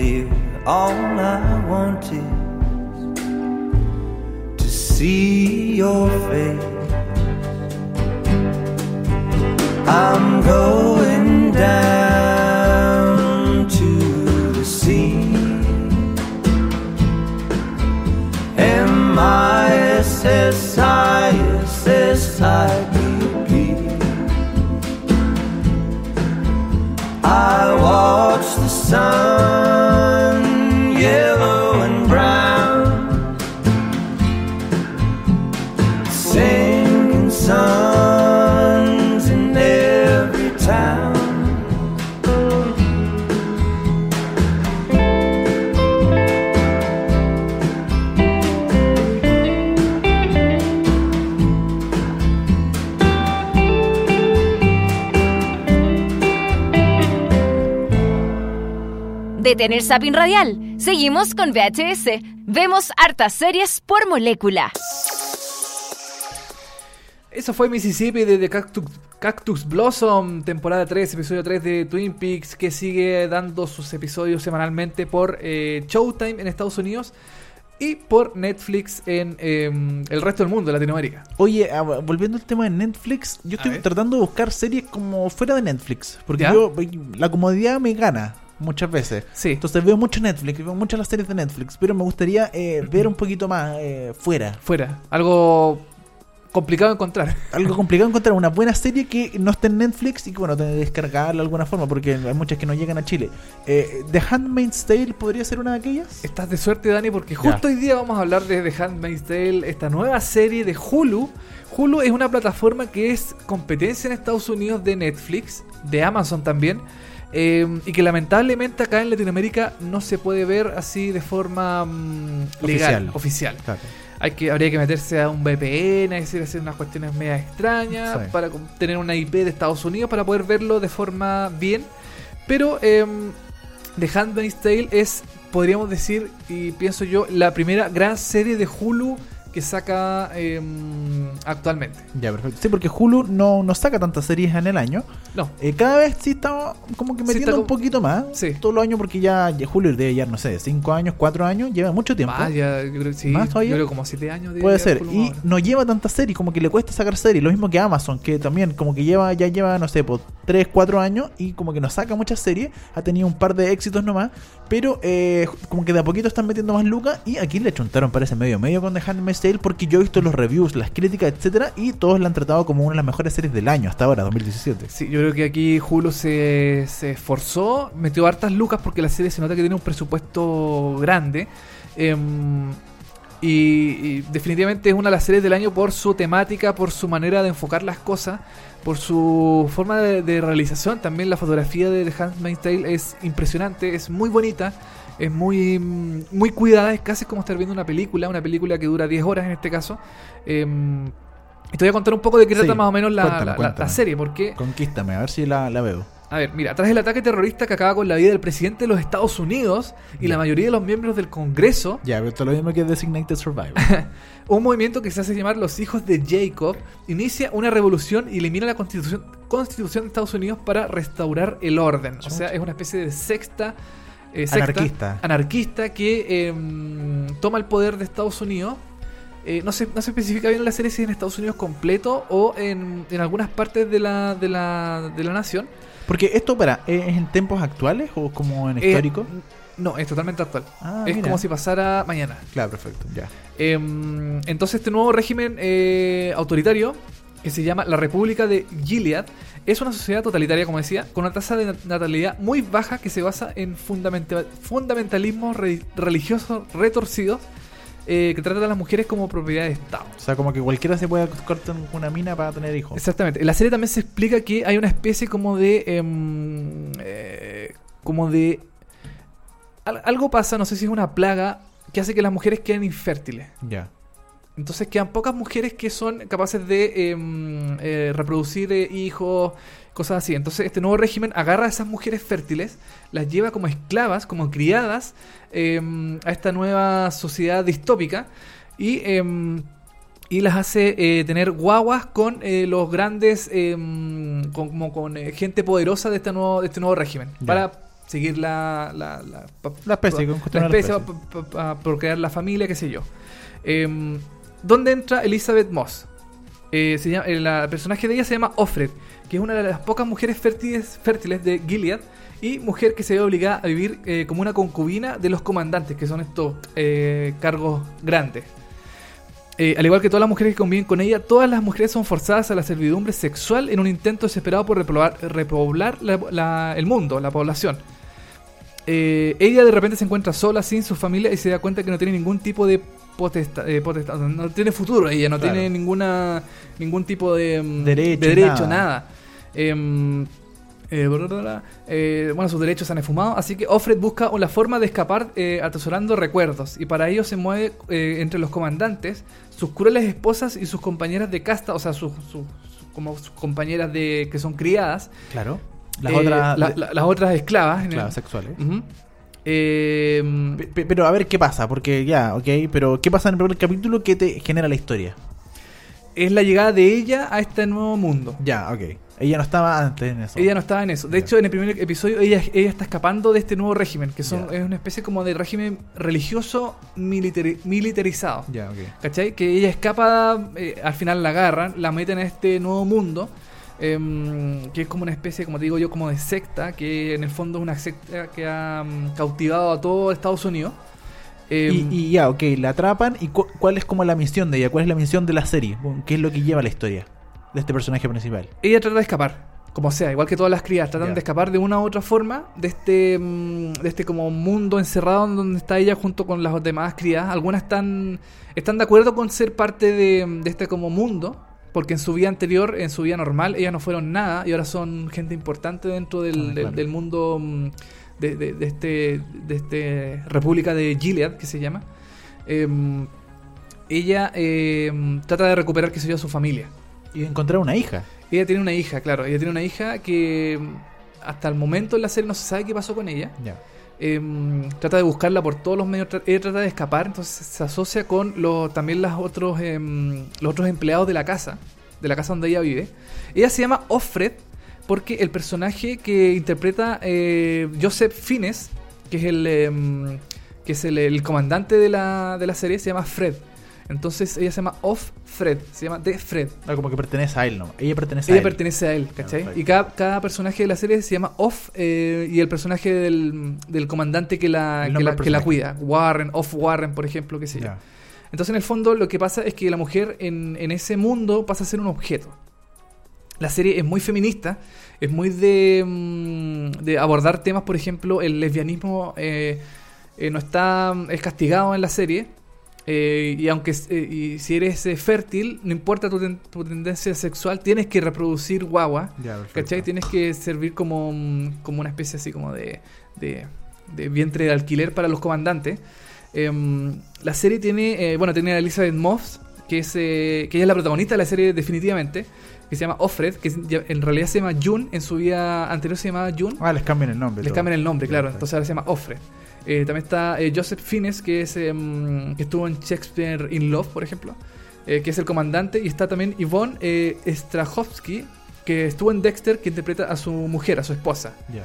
here. All I want is to see your face. I'm going down to the sea. M I S S I S S I P P. I watch the sun, yellow and brown, sinking suns in every town. De Tener Zapping Radial, seguimos con V H S. Vemos hartas series por molécula. Eso fue Mississippi de The Cactus, Cactus Blossom, temporada tres, episodio tres de Twin Peaks, que sigue dando sus episodios semanalmente por eh, Showtime en Estados Unidos y por Netflix en eh, el resto del mundo, de Latinoamérica. Oye, ah, volviendo al tema de Netflix, yo estoy ver. tratando de buscar series como fuera de Netflix, porque ¿Ya? yo la comodidad me gana muchas veces. Sí. Entonces veo mucho Netflix, veo muchas las series de Netflix, pero me gustaría eh, ver un poquito más eh, fuera. Fuera. Algo complicado de encontrar. Algo complicado encontrar una buena serie que no esté en Netflix y que, bueno, tener que descargarla de alguna forma, porque hay muchas que no llegan a Chile. Eh, ¿The Handmaid's Tale podría ser una de aquellas? Estás de suerte, Dani, porque justo hoy día vamos a hablar de The Handmaid's Tale, esta nueva serie de Hulu. Hulu es una plataforma que es competencia en Estados Unidos de Netflix, de Amazon también, eh, y que lamentablemente acá en Latinoamérica no se puede ver así de forma mm, legal, Oficial. oficial. Claro. Hay que, habría que meterse a un V P N, es decir, hacer unas cuestiones media extrañas, Sí. para com- tener una I P de Estados Unidos para poder verlo de forma bien. Pero eh, The Handmaid's Tale es, podríamos decir, y pienso yo, la primera gran serie de Hulu que saca eh, actualmente. Ya, perfecto. Sí, porque Hulu no, no saca tantas series en el año. No, Eh, cada vez sí está como que Sí metiendo está un como- poquito más. Sí. Todos los años, porque ya, ya Hulu debe ya, no sé, cinco años, cuatro años, lleva mucho tiempo. más, ya, yo creo que sí. ¿Más todavía? Yo creo como siete años. de Puede ser. Hulu Y ahora. no lleva tantas series, como que le cuesta sacar series. Lo mismo que Amazon, que también como que lleva, ya lleva, no sé, por tres, cuatro años y como que no saca muchas series. Ha tenido un par de éxitos nomás. Pero eh, como que de a poquito están metiendo más lucas. Y aquí le chuntaron, parece, medio medio con The Handmaid's Tale, porque yo he visto los reviews, las críticas, etcétera, y todos la han tratado como una de las mejores series del año hasta ahora, dos mil diecisiete. Sí, yo creo que aquí Hulu se, se esforzó, metió hartas lucas porque la serie se nota que tiene un presupuesto grande. Eh, y, y definitivamente es una de las series del año por su temática, por su manera de enfocar las cosas, por su forma de, de realización. También la fotografía de The Handmaid's Tale es impresionante, es muy bonita, es muy, muy cuidada, es casi como estar viendo una película, una película que dura diez horas en este caso. Eh, y te voy a contar un poco de qué Sí, trata más o menos la, cuéntame, la- la- cuéntame. la serie, porque... Conquístame, a ver si la, la veo. A ver, mira, tras el ataque terrorista que acaba con la vida del presidente de los Estados Unidos y Ya. la mayoría de los miembros del Congreso, Ya, pero esto es lo mismo que Designated Survivor. un movimiento que se hace llamar los Hijos de Jacob inicia una revolución y elimina la constitución, constitución de Estados Unidos para restaurar el orden. O sea, es una especie de sexta... eh, secta Anarquista. anarquista que eh, toma el poder de Estados Unidos. Eh, no, se, no se especifica bien en la serie si es en Estados Unidos completo o en, en algunas partes de la, de la, de la nación. Porque esto, para, ¿es en tiempos actuales o como en Eh, histórico? No, es totalmente actual. Ah, es mira. como si pasara mañana. Claro, perfecto, ya. Eh, entonces este nuevo régimen eh, autoritario, que se llama la República de Gilead, es una sociedad totalitaria, como decía, con una tasa de natalidad muy baja que se basa en fundamenta- fundamentalismos re- religiosos retorcidos, eh, que tratan a las mujeres como propiedad de Estado. O sea, como que cualquiera se puede cortar una mina para tener hijos. Exactamente. En la serie también se explica que hay una especie como de... em, eh, como de... al- algo pasa, no sé si es una plaga, que hace que las mujeres queden infértiles. Ya. Entonces quedan pocas mujeres que son capaces de em, eh, reproducir eh, hijos, cosas así. Entonces este nuevo régimen agarra a esas mujeres fértiles, las lleva como esclavas, como criadas em, a esta nueva sociedad distópica y, em, y las hace eh, tener guaguas con eh, los grandes, em, con, como con eh, gente poderosa de este nuevo, de este nuevo régimen. Ya. Para seguir la, la, la, pa- La especie, pa- con la cuestionar la especie, especie. pa- pa- pa procrear la familia, qué sé yo. Eh, ¿Dónde entra Elizabeth Moss? Eh, se llama, el la- el personaje de ella se llama Offred, que es una de las pocas mujeres fértiles, fértiles de Gilead y mujer que se ve obligada a vivir eh, como una concubina de los comandantes, que son estos eh, cargos grandes. Eh, al igual que todas las mujeres que conviven con ella, todas las mujeres son forzadas a la servidumbre sexual en un intento desesperado por repoblar, repoblar la- la- el mundo, la población. Eh, ella de repente se encuentra sola, sin su familia, y se da cuenta que no tiene ningún tipo de potestad, eh, potestad no tiene futuro ella, no Claro. tiene ninguna ningún tipo de mm, Derecho, de derecho, nada. nada. Em, eh, bla, bla, bla, eh, bueno, sus derechos se han esfumado, así que Offred busca la forma de escapar eh, atesorando recuerdos, y para ello se mueve eh, entre los comandantes, sus crueles esposas y sus compañeras de casta, o sea, sus, sus- sus- como sus compañeras de que son criadas, Claro. Las eh, otras. la- la- las otras esclavas, en el- Claro, sexuales. Ujú. Eh, Pe- pe- Pero a ver qué pasa, porque ya, ok, pero ¿qué pasa en el primer capítulo que te genera la historia? es la llegada de ella a este nuevo mundo. Ya, ok. Ella no estaba antes en eso. Ella no estaba en eso. De Ya. hecho, en el primer episodio ella, ella está escapando de este nuevo régimen, que son, Ya. es una especie como de régimen religioso militari- militarizado. Ya, ok. ¿Cachai? Que ella escapa, eh, al final la agarran, la meten a este nuevo mundo, em, que es como una especie, como te digo yo, como de secta, que en el fondo es una secta que ha mm, cautivado a todo Estados Unidos. Em, Y, y ya, ok, la atrapan. ¿Y cu- cuál es como la misión de ella? ¿Cuál es la misión de la serie? ¿Qué es lo que lleva la historia de este personaje principal? Ella trata de escapar, como sea, igual que todas las crías, tratan Ya. de escapar de una u otra forma de este mm, de este como mundo encerrado en donde está ella junto con las demás crías. Algunas están están de acuerdo con ser parte de, de este como mundo, porque en su vida anterior, en su vida normal, ellas no fueron nada y ahora son gente importante dentro del, Ah, del- claro. del mundo mm, de, de- de este de este República de Gilead, que se llama. Em, ella em, trata de recuperar, qué sé yo, a su familia. Y encontrar una hija. Ella tiene una hija, claro. Ella tiene una hija que mm, hasta el momento en la serie no se sabe qué pasó con ella. Ya. Em, trata de buscarla por todos los medios. Tra- ella trata de escapar, entonces se asocia con los, también las otros, em, los otros empleados de la casa, de la casa donde ella vive. Ella se llama Offred porque el personaje que interpreta eh, Joseph Fiennes, que es el em, que es el, el comandante de la, de la serie, se llama Fred. Entonces ella se llama Off-Fred, se llama The Fred. Ah, como que pertenece a él, ¿no? Ella pertenece a Ella él. pertenece a él, ¿cachai? Perfecto. Y cada, cada personaje de la serie se llama Off eh, y el personaje del, del comandante que la, El que nombre la, del que la personaje. cuida. Warren, Off Warren, por ejemplo, qué sé yo. Ya. Entonces, en el fondo, lo que pasa es que la mujer en, en ese mundo pasa a ser un objeto. La serie es muy feminista, es muy de, mm, de abordar temas, por ejemplo, el lesbianismo eh, eh, no está, es castigado en la serie. Eh, y aunque eh, y si eres eh, fértil, no importa tu, ten- tu tendencia sexual, tienes que reproducir guagua. Ya, perfecto. ¿Cachai? Tienes que servir como, mm, como una especie así como de, de, de vientre de alquiler para los comandantes. Em, la serie tiene, eh, bueno, tiene a Elizabeth Moss, que es eh, que ella es la protagonista de la serie definitivamente, que se llama Offred, que es- ya- en realidad se llama June, en su vida anterior se llamaba June. Ah, les cambian el nombre. Les todo. cambian el nombre, Ya, claro, perfecto. entonces ahora se llama Offred. Eh, también está eh, Joseph Fiennes, que es em, que estuvo en Shakespeare in Love, por ejemplo, eh, que es el comandante, y está también Yvonne eh, Strahovski, que estuvo en Dexter, que interpreta a su mujer, a su esposa. Ya.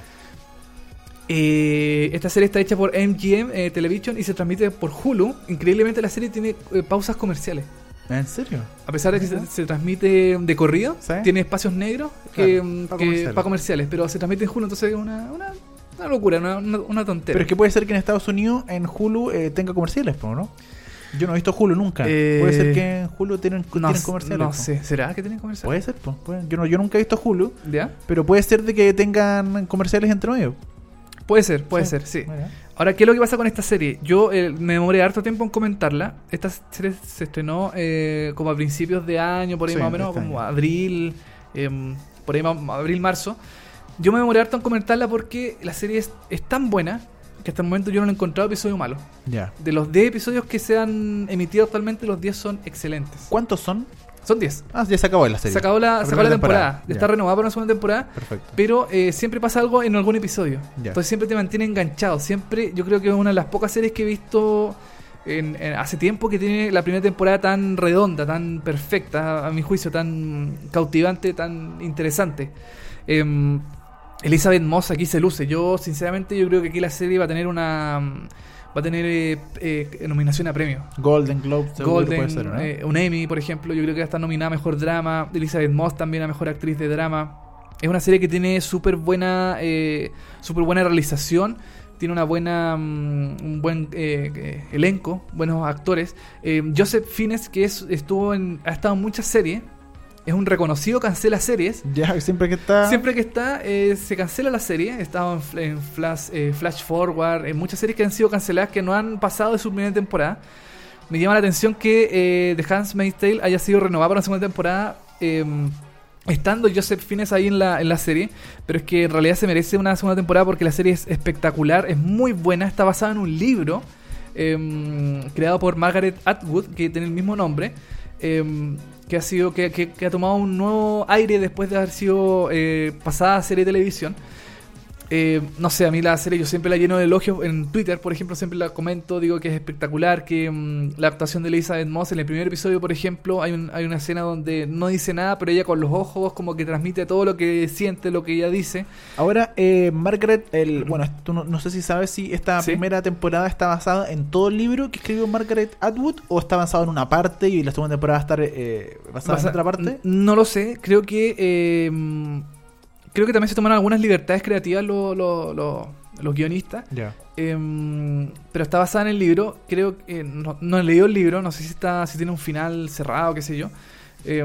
Eh, esta serie está hecha por M G M eh, Television y se transmite por Hulu. Increíblemente la serie tiene eh, pausas comerciales. ¿En serio? A pesar de que se, se transmite de corrido, ¿Sí? tiene espacios negros que, Claro, mm, pa' que- comerciales. pa' comerciales, pero se transmite en Hulu, entonces es una, una, una locura, una, una, una tontera. Pero es que puede ser que en Estados Unidos, en Hulu, eh, tenga comerciales, po, ¿no? Yo no he visto Hulu nunca. Eh, puede ser que en Hulu tienen, no, tienen s- comerciales. no po. sé, ¿será que tienen comerciales? Puede ser, po. puede- Yo, no, yo nunca he visto Hulu, ¿Ya? pero puede ser de que tengan comerciales entre medio. Puede ser, puede Sí. ser, sí. Mira. Ahora, ¿qué es lo que pasa con esta serie? Yo eh, me demoré harto tiempo en comentarla. Esta serie se estrenó eh, como a principios de año, por ahí Sí, más o de menos, este como año. abril, em, por ahí más, abril, marzo. Yo me demoré harto en comentarla porque la serie es, es tan buena que hasta el momento yo no he encontrado episodio malo. Ya. De los diez episodios que se han emitido actualmente, los diez son excelentes. ¿Cuántos son? Son diez. Ah, ya se acabó la serie. Se acabó la, se acabó la primera temporada. Ya. Está renovada para una segunda temporada. Perfecto. Pero eh, siempre pasa algo en algún episodio. Ya. Entonces siempre te mantiene enganchado. Siempre, yo creo que es una de las pocas series que he visto en, en- hace tiempo que tiene la primera temporada tan redonda, tan perfecta, a mi juicio, tan cautivante, tan interesante. Em, Elizabeth Moss aquí se luce. Yo, sinceramente, yo creo que aquí la serie va a tener una... Va a tener eh, eh, nominación a premio. Golden Globe, seguro Golden, puede ser, ¿no? eh, un Emmy, por ejemplo. Yo creo que va a estar nominada a Mejor Drama. Elizabeth Moss también a Mejor Actriz de Drama. Es una serie que tiene súper buena, eh, súper buena realización. Tiene una buena um, un buen eh, eh, elenco, buenos actores. Eh, Joseph Fiennes, que es, estuvo en, ha estado en muchas series. Es un reconocido cancela series. Ya, siempre que está... Siempre que está, eh, se cancela la serie. Estaba en, en Flash, eh, Flash Forward, en muchas series que han sido canceladas, que no han pasado de su primera temporada. Me llama la atención que eh, The Handmaid's Tale haya sido renovada para una segunda temporada, eh, estando Joseph Fiennes ahí en la, en la serie. Pero es que en realidad se merece una segunda temporada porque la serie es espectacular, es muy buena. Está basada en un libro eh, creado por Margaret Atwood, que tiene el mismo nombre. Eh, que ha sido que, que, que ha tomado un nuevo aire después de haber sido eh, pasada serie de televisión. Eh, no sé, a mí la serie yo siempre la lleno de elogios. En Twitter, por ejemplo, siempre la comento, digo que es espectacular, que um, la actuación de Elizabeth Moss en el primer episodio, por ejemplo, hay, un, hay una escena donde no dice nada, pero ella con los ojos como que transmite todo lo que siente, lo que ella dice. Ahora, eh, Margaret, el, bueno, tú no, no sé si sabes si esta ¿Sí? primera temporada está basada en todo el libro que escribió Margaret Atwood o está basado en una parte y la segunda temporada va a estar eh, basada Basa- en otra parte. No lo sé, creo que... Eh, Creo que también se tomaron algunas libertades creativas los, los, los, los guionistas. Ya. Eh, pero está basada en el libro. Creo que... Eh, no, no he leído el libro. No sé si está si tiene un final cerrado, qué sé yo. Eh,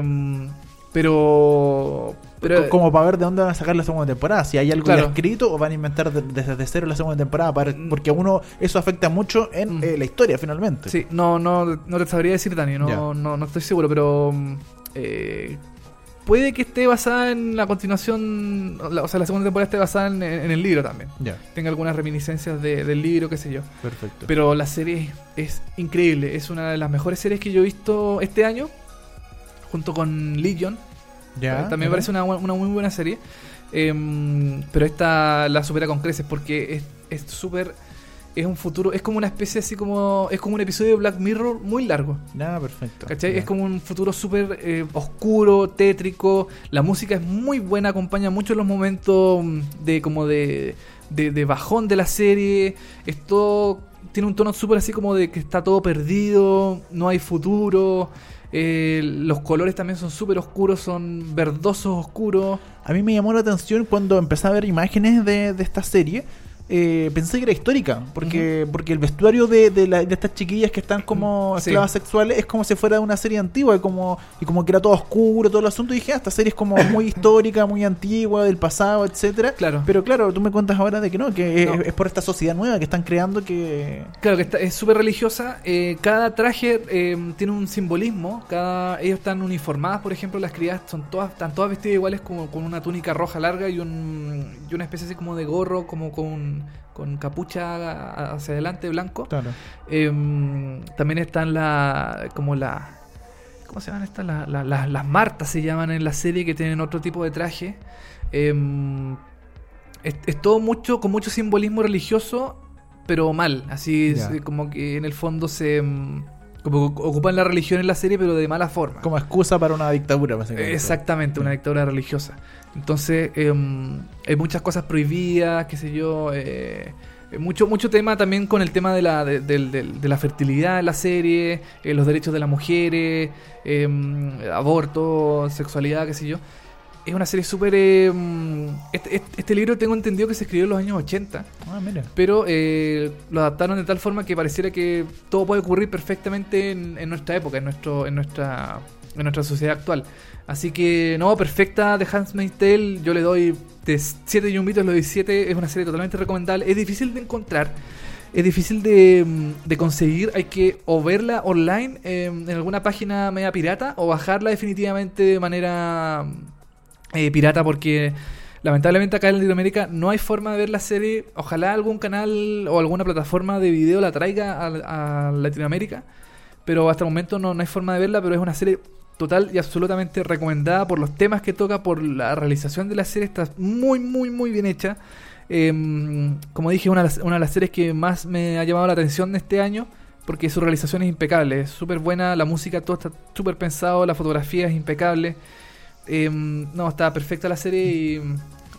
pero... pero Como para ver de dónde van a sacar la segunda temporada. Si hay algo Claro. ya escrito o van a inventar de- desde cero la segunda temporada. Para, porque a uno eso afecta mucho en Mm. eh, la historia finalmente. Sí, no, no, no te sabría decir, Dani. Ya. No, no, no estoy seguro, pero... Eh, puede que esté basada en la continuación... O sea, la segunda temporada esté basada en, en el libro también. Ya, Tenga algunas reminiscencias de- del libro, qué sé yo. perfecto. Pero la serie es increíble. Es una de las mejores series que yo he visto este año. Junto con Legion. ya, También me ya. parece una, bu- una muy buena serie. Em, pero esta la supera con creces porque es es súper... Es un futuro... Es como una especie así como... Es como un episodio de Black Mirror muy largo. Nada, perfecto. ¿Cachai? Ya. Es como un futuro súper eh, oscuro, tétrico. La música es muy buena, acompaña mucho los momentos mm, de como de, de, de bajón de la serie. Esto tiene un tono súper así como de que está todo perdido, no hay futuro. Eh, los colores también son súper oscuros, son verdosos oscuros. A mí me llamó la atención cuando empecé a ver imágenes de, de esta serie. Eh, pensé que era histórica, porque porque el vestuario de, de, la- de estas chiquillas que están como Sí. esclavas sexuales es como si fuera de una serie antigua, y como, y como que era todo oscuro, todo el asunto, y dije, ah, esta serie es como muy histórica, muy antigua, del pasado, etcétera. Claro. Pero claro, tú me cuentas ahora de que no, que No. Es, es por esta sociedad nueva que están creando que... Claro, que está- es súper religiosa. Eh, cada traje eh, tiene un simbolismo. Cada Ellos están uniformadas, por ejemplo, las criadas son todas, están todas vestidas iguales, como con una túnica roja larga y, un, y una especie así como de gorro, como con, con capucha hacia adelante, blanco. Claro. Eh, también están la, como la, ¿cómo se llaman estas? La- la- la- las martas se llaman en la serie, que tienen otro tipo de traje. Eh, es, es todo mucho, con mucho simbolismo religioso, pero mal. Así Ya. es, como que en el fondo se mm, como que ocupan la religión en la serie, pero de mala forma. Como excusa para una dictadura, básicamente. Exactamente, una dictadura religiosa. Entonces, eh, hay muchas cosas prohibidas, qué sé yo. Eh, mucho mucho tema también con el tema de la, de, del- del- de la fertilidad en la serie, eh, los derechos de las mujeres, eh, aborto, sexualidad, qué sé yo. Es una serie súper... eh, este, este- este libro tengo entendido que se escribió en los años ochenta. Ah, mira. Pero eh, lo adaptaron de tal forma que pareciera que todo puede ocurrir perfectamente en, en nuestra época, en nuestro, en nuestra, en nuestra sociedad actual. Así que no, perfecta. The Handmaid's Tale, yo le doy de siete yumbitos, le doy siete. Es una serie totalmente recomendable. Es difícil de encontrar, es difícil de, mm, de conseguir. Hay que o verla online eh, en alguna página media pirata, o bajarla definitivamente de manera eh, pirata, porque lamentablemente acá en Latinoamérica no hay forma de ver la serie. Ojalá algún canal o alguna plataforma de video la traiga a, a Latinoamérica, pero hasta el momento no, no hay forma de verla. Pero es una serie total y absolutamente recomendada por los temas que toca, por la realización de la serie. Está muy, muy, muy bien hecha. Eh, como dije, una de, las, una de las series que más me ha llamado la atención de este año, porque su realización es impecable, es súper buena, la música, todo está súper pensado, la fotografía es impecable. Eh, no, está perfecta la serie y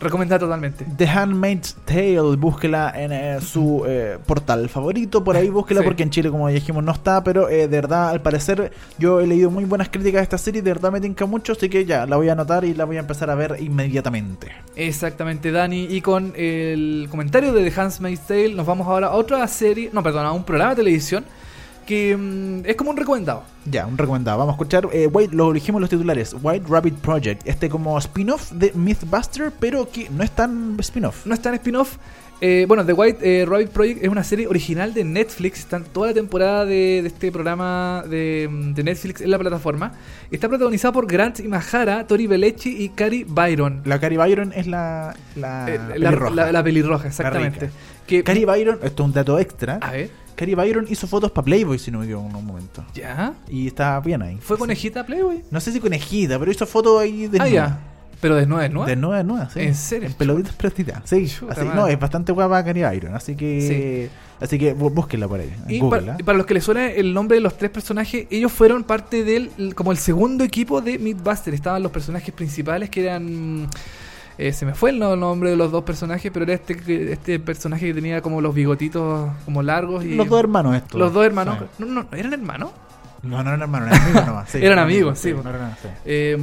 Recomendada totalmente. The Handmaid's Tale, búsquela en eh, su eh, portal favorito, por ahí búsquela, Sí. porque en Chile, como ya dijimos, no está, pero eh, de verdad, al parecer, yo he leído muy buenas críticas de esta serie, de verdad me tinca mucho, así que ya, la voy a anotar y la voy a empezar a ver inmediatamente. Exactamente, Dani. Y con el comentario de The Handmaid's Tale nos vamos ahora a otra serie, no, perdón, a un programa de televisión que mm, es como un recomendado. Ya, un recomendado. Vamos a escuchar, eh, White, lo dijimos los titulares, White Rabbit Project, este como spin-off de Mythbuster, pero que no es tan spin-off. No es tan spin-off. Eh, bueno, The White eh, Rabbit Project es una serie original de Netflix. Está en toda la temporada de, de este programa de, de Netflix en la plataforma. Está protagonizada por Grant Imahara, Tori Belleci y Cary Byron. La Cary Byron es la, la, Eh, la, pelirroja. la, la pelirroja, exactamente. rica. Que, Cary Byron, esto es un dato extra. a ver, Cary Byron hizo fotos para Playboy, si no me equivoco, en un momento. ya. Y está bien ahí. ¿Fue conejita Playboy? No sé si conejita, pero hizo fotos ahí de Ah, ya. Pero desnuda, desnuda. De nueva, nueva, sí. ¿En serio? En pelotitas prestitas. Sí, Chuta así, madre. no, es bastante guapa Cary Byron, así que así que bú- búsquenla por ahí. Y Google, para, ¿eh? y para los que les suena el nombre de los tres personajes, ellos fueron parte del como el segundo equipo de Mythbuster. Estaban los personajes principales que eran eh, se me fue el no- nombre de los dos personajes, pero era este que- este personaje que tenía como los bigotitos como largos y Los dos hermanos estos. los dos hermanos. Sí. No, no, ¿eran hermanos? No, no eran hermanos, eran amigos nomás. Sí, Eran amigos, sí. no eran- sí. Eh,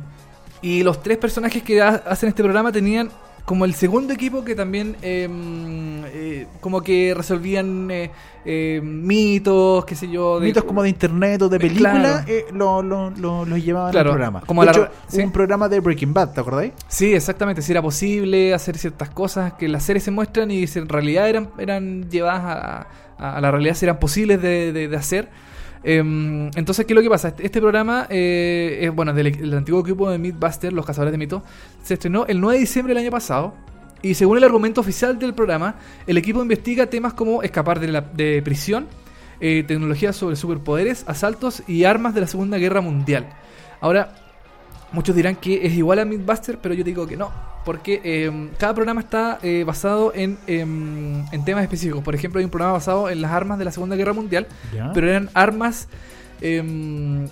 y los tres personajes que ha- hacen este programa tenían como el segundo equipo que también eh, eh, como que resolvían eh, eh, mitos, qué sé yo. de- Mitos como de internet o de Eh, película, claro. eh, lo, lo, lo, los llevaban Claro, al programa. como de la- hecho, sí. un programa de Breaking Bad, ¿te acordáis? Sí, exactamente, si era posible hacer ciertas cosas que en las series se muestran y si en realidad eran, eran llevadas a, a, a la realidad, si eran posibles de, de, de hacer. Em, entonces, ¿qué es lo que pasa? Este, este programa, eh, es, bueno, del, del antiguo equipo de Mythbuster, los cazadores de mitos, se estrenó el nueve de diciembre del año pasado. Y según el argumento oficial del programa, el equipo investiga temas como escapar de, la, de prisión, eh, tecnología sobre superpoderes, asaltos y armas de la Segunda Guerra Mundial. Ahora, muchos dirán que es igual a Mythbuster, pero yo digo que no, porque eh, cada programa está eh, basado en, em, en temas específicos. Por ejemplo, hay un programa basado en las armas de la Segunda Guerra Mundial, ¿Ya? pero eran armas... em,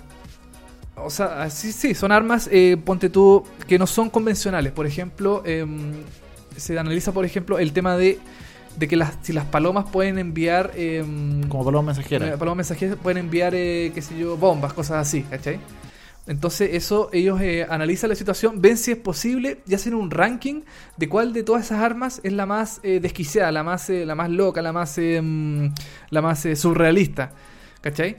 o sea, sí, sí, son armas, eh, ponte tú, que no son convencionales. Por ejemplo, em, se analiza, por ejemplo, el tema de, de que las, si las palomas pueden enviar... em, Como paloma mensajera. eh, palomas mensajeras pueden enviar, eh, qué sé yo, bombas, cosas así, ¿cachai? Entonces eso, ellos eh, analizan la situación, ven si es posible y hacen un ranking de cuál de todas esas armas es la más eh, desquiciada, la más, eh, la más loca, la más, eh, mm, la más eh, surrealista, ¿cachai?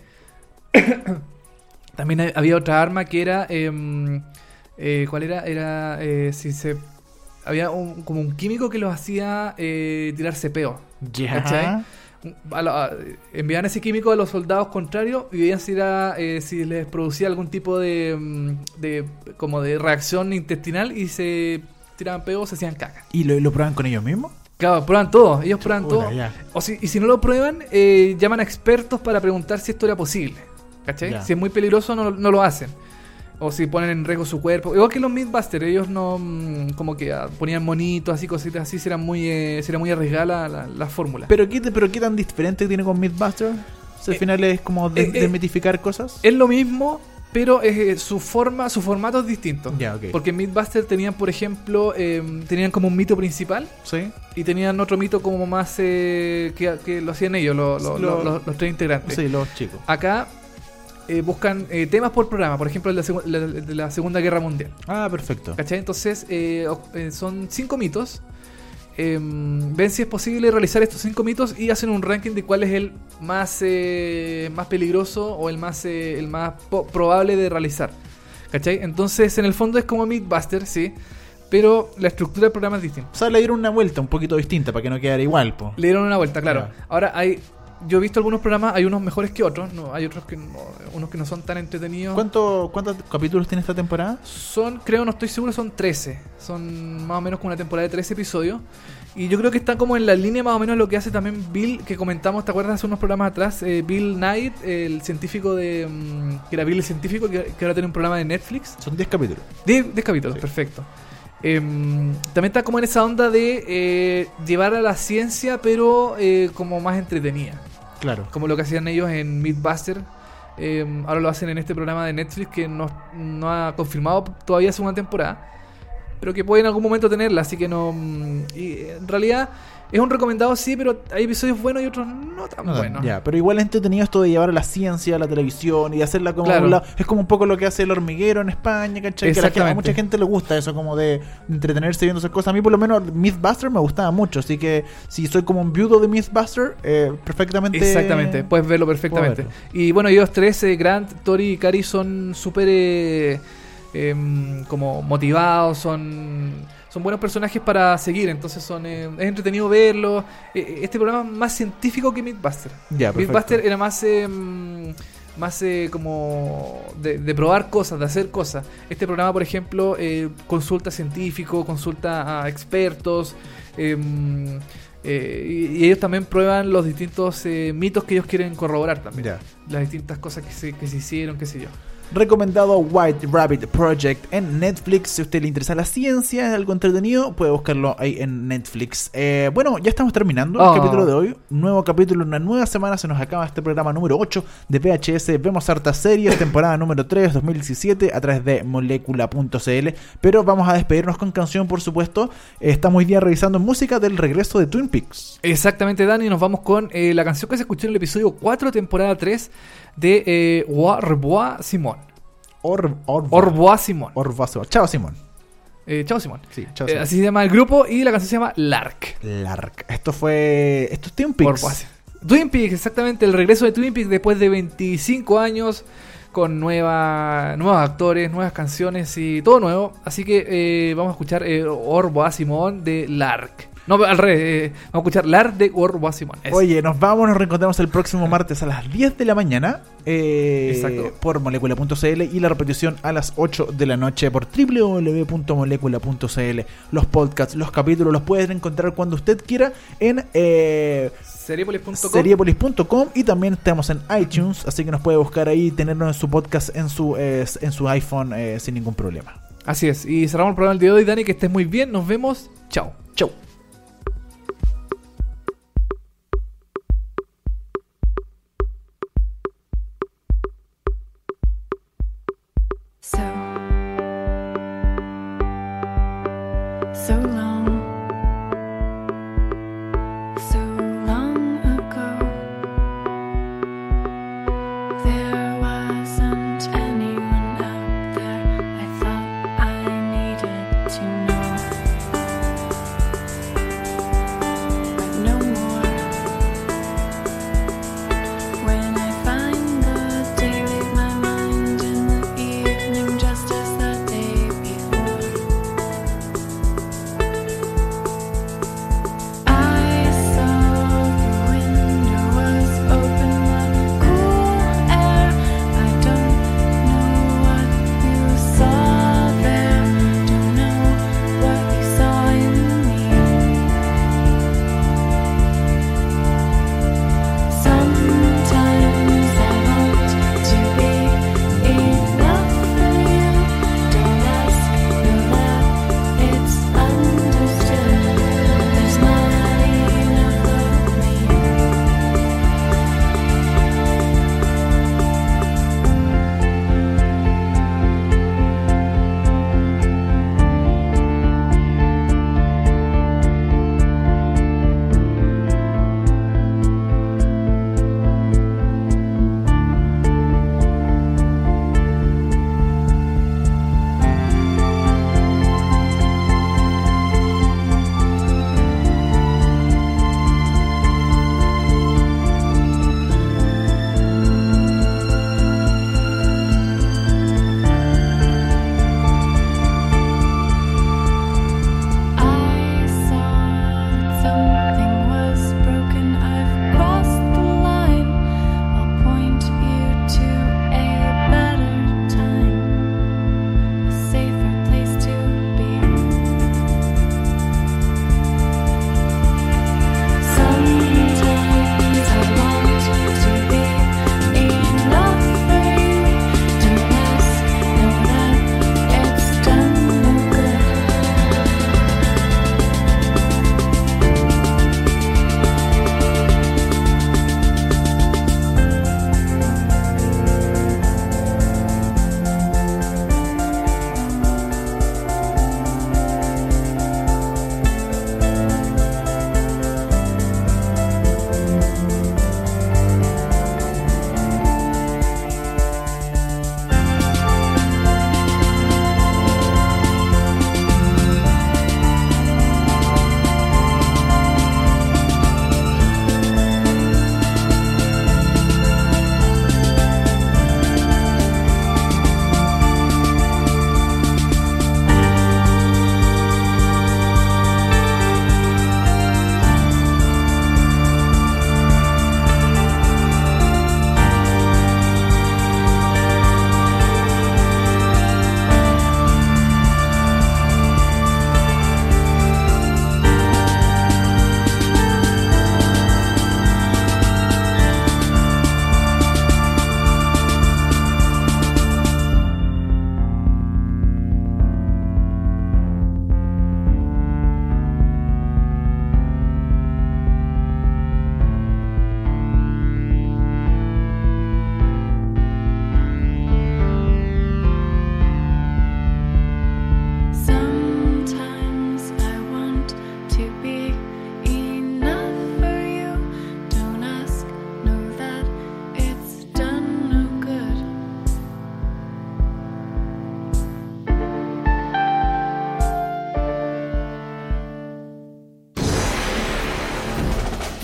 También hay- había otra arma que era, eh, eh, ¿cuál era? Era, eh, si se... Había un, como un químico que los hacía eh, tirarse peo. Ya. ¿Cachai? A la- a- enviaban ese químico a los soldados contrarios y veían si era eh, si les producía algún tipo de, mm, de como de reacción intestinal y se tiraban peo o se hacían caca. ¿Y lo, lo prueban con ellos mismos? Claro, prueban todo, ellos prueban Chuta, todo. ya. O si, y si no lo prueban, eh, llaman a expertos para preguntar si esto era posible. ¿Cachai? Ya. Si es muy peligroso, no, no lo hacen. O si ponen en riesgo su cuerpo. Igual que los Mythbusters, ellos no. mm, Como que ah, ponían monitos, así, cositas así. Será muy, eh, será muy arriesgada la, la, la fórmula. ¿Pero qué, pero qué tan diferente tiene con Mythbuster? O sea, al Eh, final es como de- eh, eh, desmitificar cosas. Es lo mismo, pero eh, su forma, su formato es distinto. Ya, ok. Porque en Mythbusters tenían, por ejemplo, eh, tenían como un mito principal Sí. y tenían otro mito como más eh, que, que lo hacían ellos, lo- lo- Lo- lo- los, los tres integrantes. Sí, los chicos. Acá eh, buscan eh, temas por programa, por ejemplo, el de, la, segu- la- de la Segunda Guerra Mundial. Ah, perfecto. ¿Cachai? Entonces, eh, o- eh, son cinco mitos. Eh, ven si es posible realizar estos cinco mitos y hacen un ranking de cuál es el más eh, más peligroso o el más eh, el más po- probable de realizar. ¿Cachai? Entonces, en el fondo es como Mythbuster, sí. Pero la estructura del programa es distinta. O sea, le dieron una vuelta un poquito distinta para que no quedara igual, po. Le dieron una vuelta, claro. Ya. Ahora hay... Yo he visto algunos programas, hay unos mejores que otros. No, hay otros que no, unos que no son tan entretenidos. ¿Cuánto, ¿Cuántos capítulos tiene esta temporada? Son, creo, no estoy seguro, son trece. Son más o menos como una temporada de trece episodios. Y yo creo que está como en la línea más o menos lo que hace también Bill, que comentamos, ¿te acuerdas hace unos programas atrás? Eh, Bill Knight, el científico de... mm, que era Bill el científico, que, que ahora tiene un programa de Netflix. Son diez capítulos. diez capítulos, Sí. perfecto. Em, también está como en esa onda de eh, llevar a la ciencia, pero eh, como más entretenida. Claro. Como lo que hacían ellos en Mythbuster. Eh, ahora lo hacen en este programa de Netflix que no, no ha confirmado todavía segunda temporada. pero que puede en algún momento tenerla, así que no... Y en realidad es un recomendado, sí, pero hay episodios buenos y otros no tan No, buenos. Ya, pero igual es entretenido esto de llevar a la ciencia a la televisión y de hacerla como Claro. a un lado. Es como un poco lo que hace El Hormiguero en España, ¿cachai? Que a, la gente- a Exactamente. mucha gente le gusta eso, como de entretenerse viendo esas cosas. A mí por lo menos Mythbuster me gustaba mucho, así que si soy como un viudo de Mythbuster, eh, perfectamente... Exactamente, puedes verlo perfectamente. Y bueno, ellos tres, eh, Grant, Tori y Cari, son súper eh, em, como motivados, son... Son buenos personajes para seguir, entonces son eh, es entretenido verlos. Eh, este programa es más científico que Mythbuster. Ya, perfecto. Mythbuster era más eh, más eh, como de, de probar cosas, de hacer cosas. Este programa, por ejemplo, eh, consulta científicos, consulta a expertos, eh, eh, y, y ellos también prueban los distintos eh, mitos que ellos quieren corroborar también. Ya. Las distintas cosas que se, que se hicieron, qué sé yo. Recomendado White Rabbit Project en Netflix. Si a usted le interesa la ciencia, algo entretenido, puede buscarlo ahí en Netflix. Eh, bueno, ya estamos terminando Oh. el capítulo de hoy. Nuevo capítulo, una nueva semana. Se nos acaba este programa número ocho de V H S. Vemos hartas series, temporada número tres, dos mil diecisiete, a través de molecula punto c l. Pero vamos a despedirnos con canción, por supuesto. Eh, Estamos hoy día revisando música del regreso de Twin Peaks. Exactamente, Dani, nos vamos con eh, la canción que se escuchó en el episodio cuatro, temporada tres, de eh, Au revoir, Simón. Or, or, Au revoir, Simón. or- Chao, Simón. Eh, chao, Simón. Sí, chao, Eh, Simón. así se llama el grupo y la canción se llama Lark. Lark. Esto fue... Esto es Twin Au Peaks. revoir. Twin Peaks, exactamente, el regreso de Twin Peaks después de veinticinco años, con nueva, nuevos actores, nuevas canciones y todo nuevo. Así que eh, vamos a escuchar eh, Au revoir, Simón de Lark. No, al revés, eh, vamos a escuchar Lark de Au revoir, Simón. Eso. Oye, nos vamos, nos reencontramos el próximo martes a las diez de la mañana eh, Exacto. por molecula punto c l y la repetición a las ocho de la noche por doble u doble u doble u punto molecula punto c l. Los podcasts, los capítulos los pueden encontrar cuando usted quiera en eh, Seriepolis punto com. seriepolis punto com y también estamos en iTunes, así que nos puede buscar ahí y tenernos en su podcast en su, eh, en su iPhone eh, sin ningún problema. Así es, y cerramos el programa del día de hoy, Dani, que estés muy bien, nos vemos, chao. Chau. So, so long, so long ago, there wasn't anyone out there I thought I needed to know.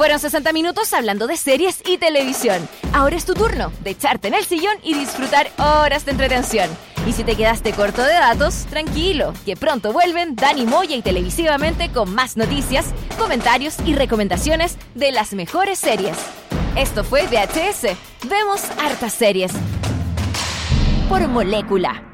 Fueron sesenta minutos hablando de series y televisión. Ahora es tu turno de echarte en el sillón y disfrutar horas de entretención. Y si te quedaste corto de datos, tranquilo, que pronto vuelven Dani Moya y Televisivamente con más noticias, comentarios y recomendaciones de las mejores series. Esto fue V H S. Vemos hartas series. Por Molécula.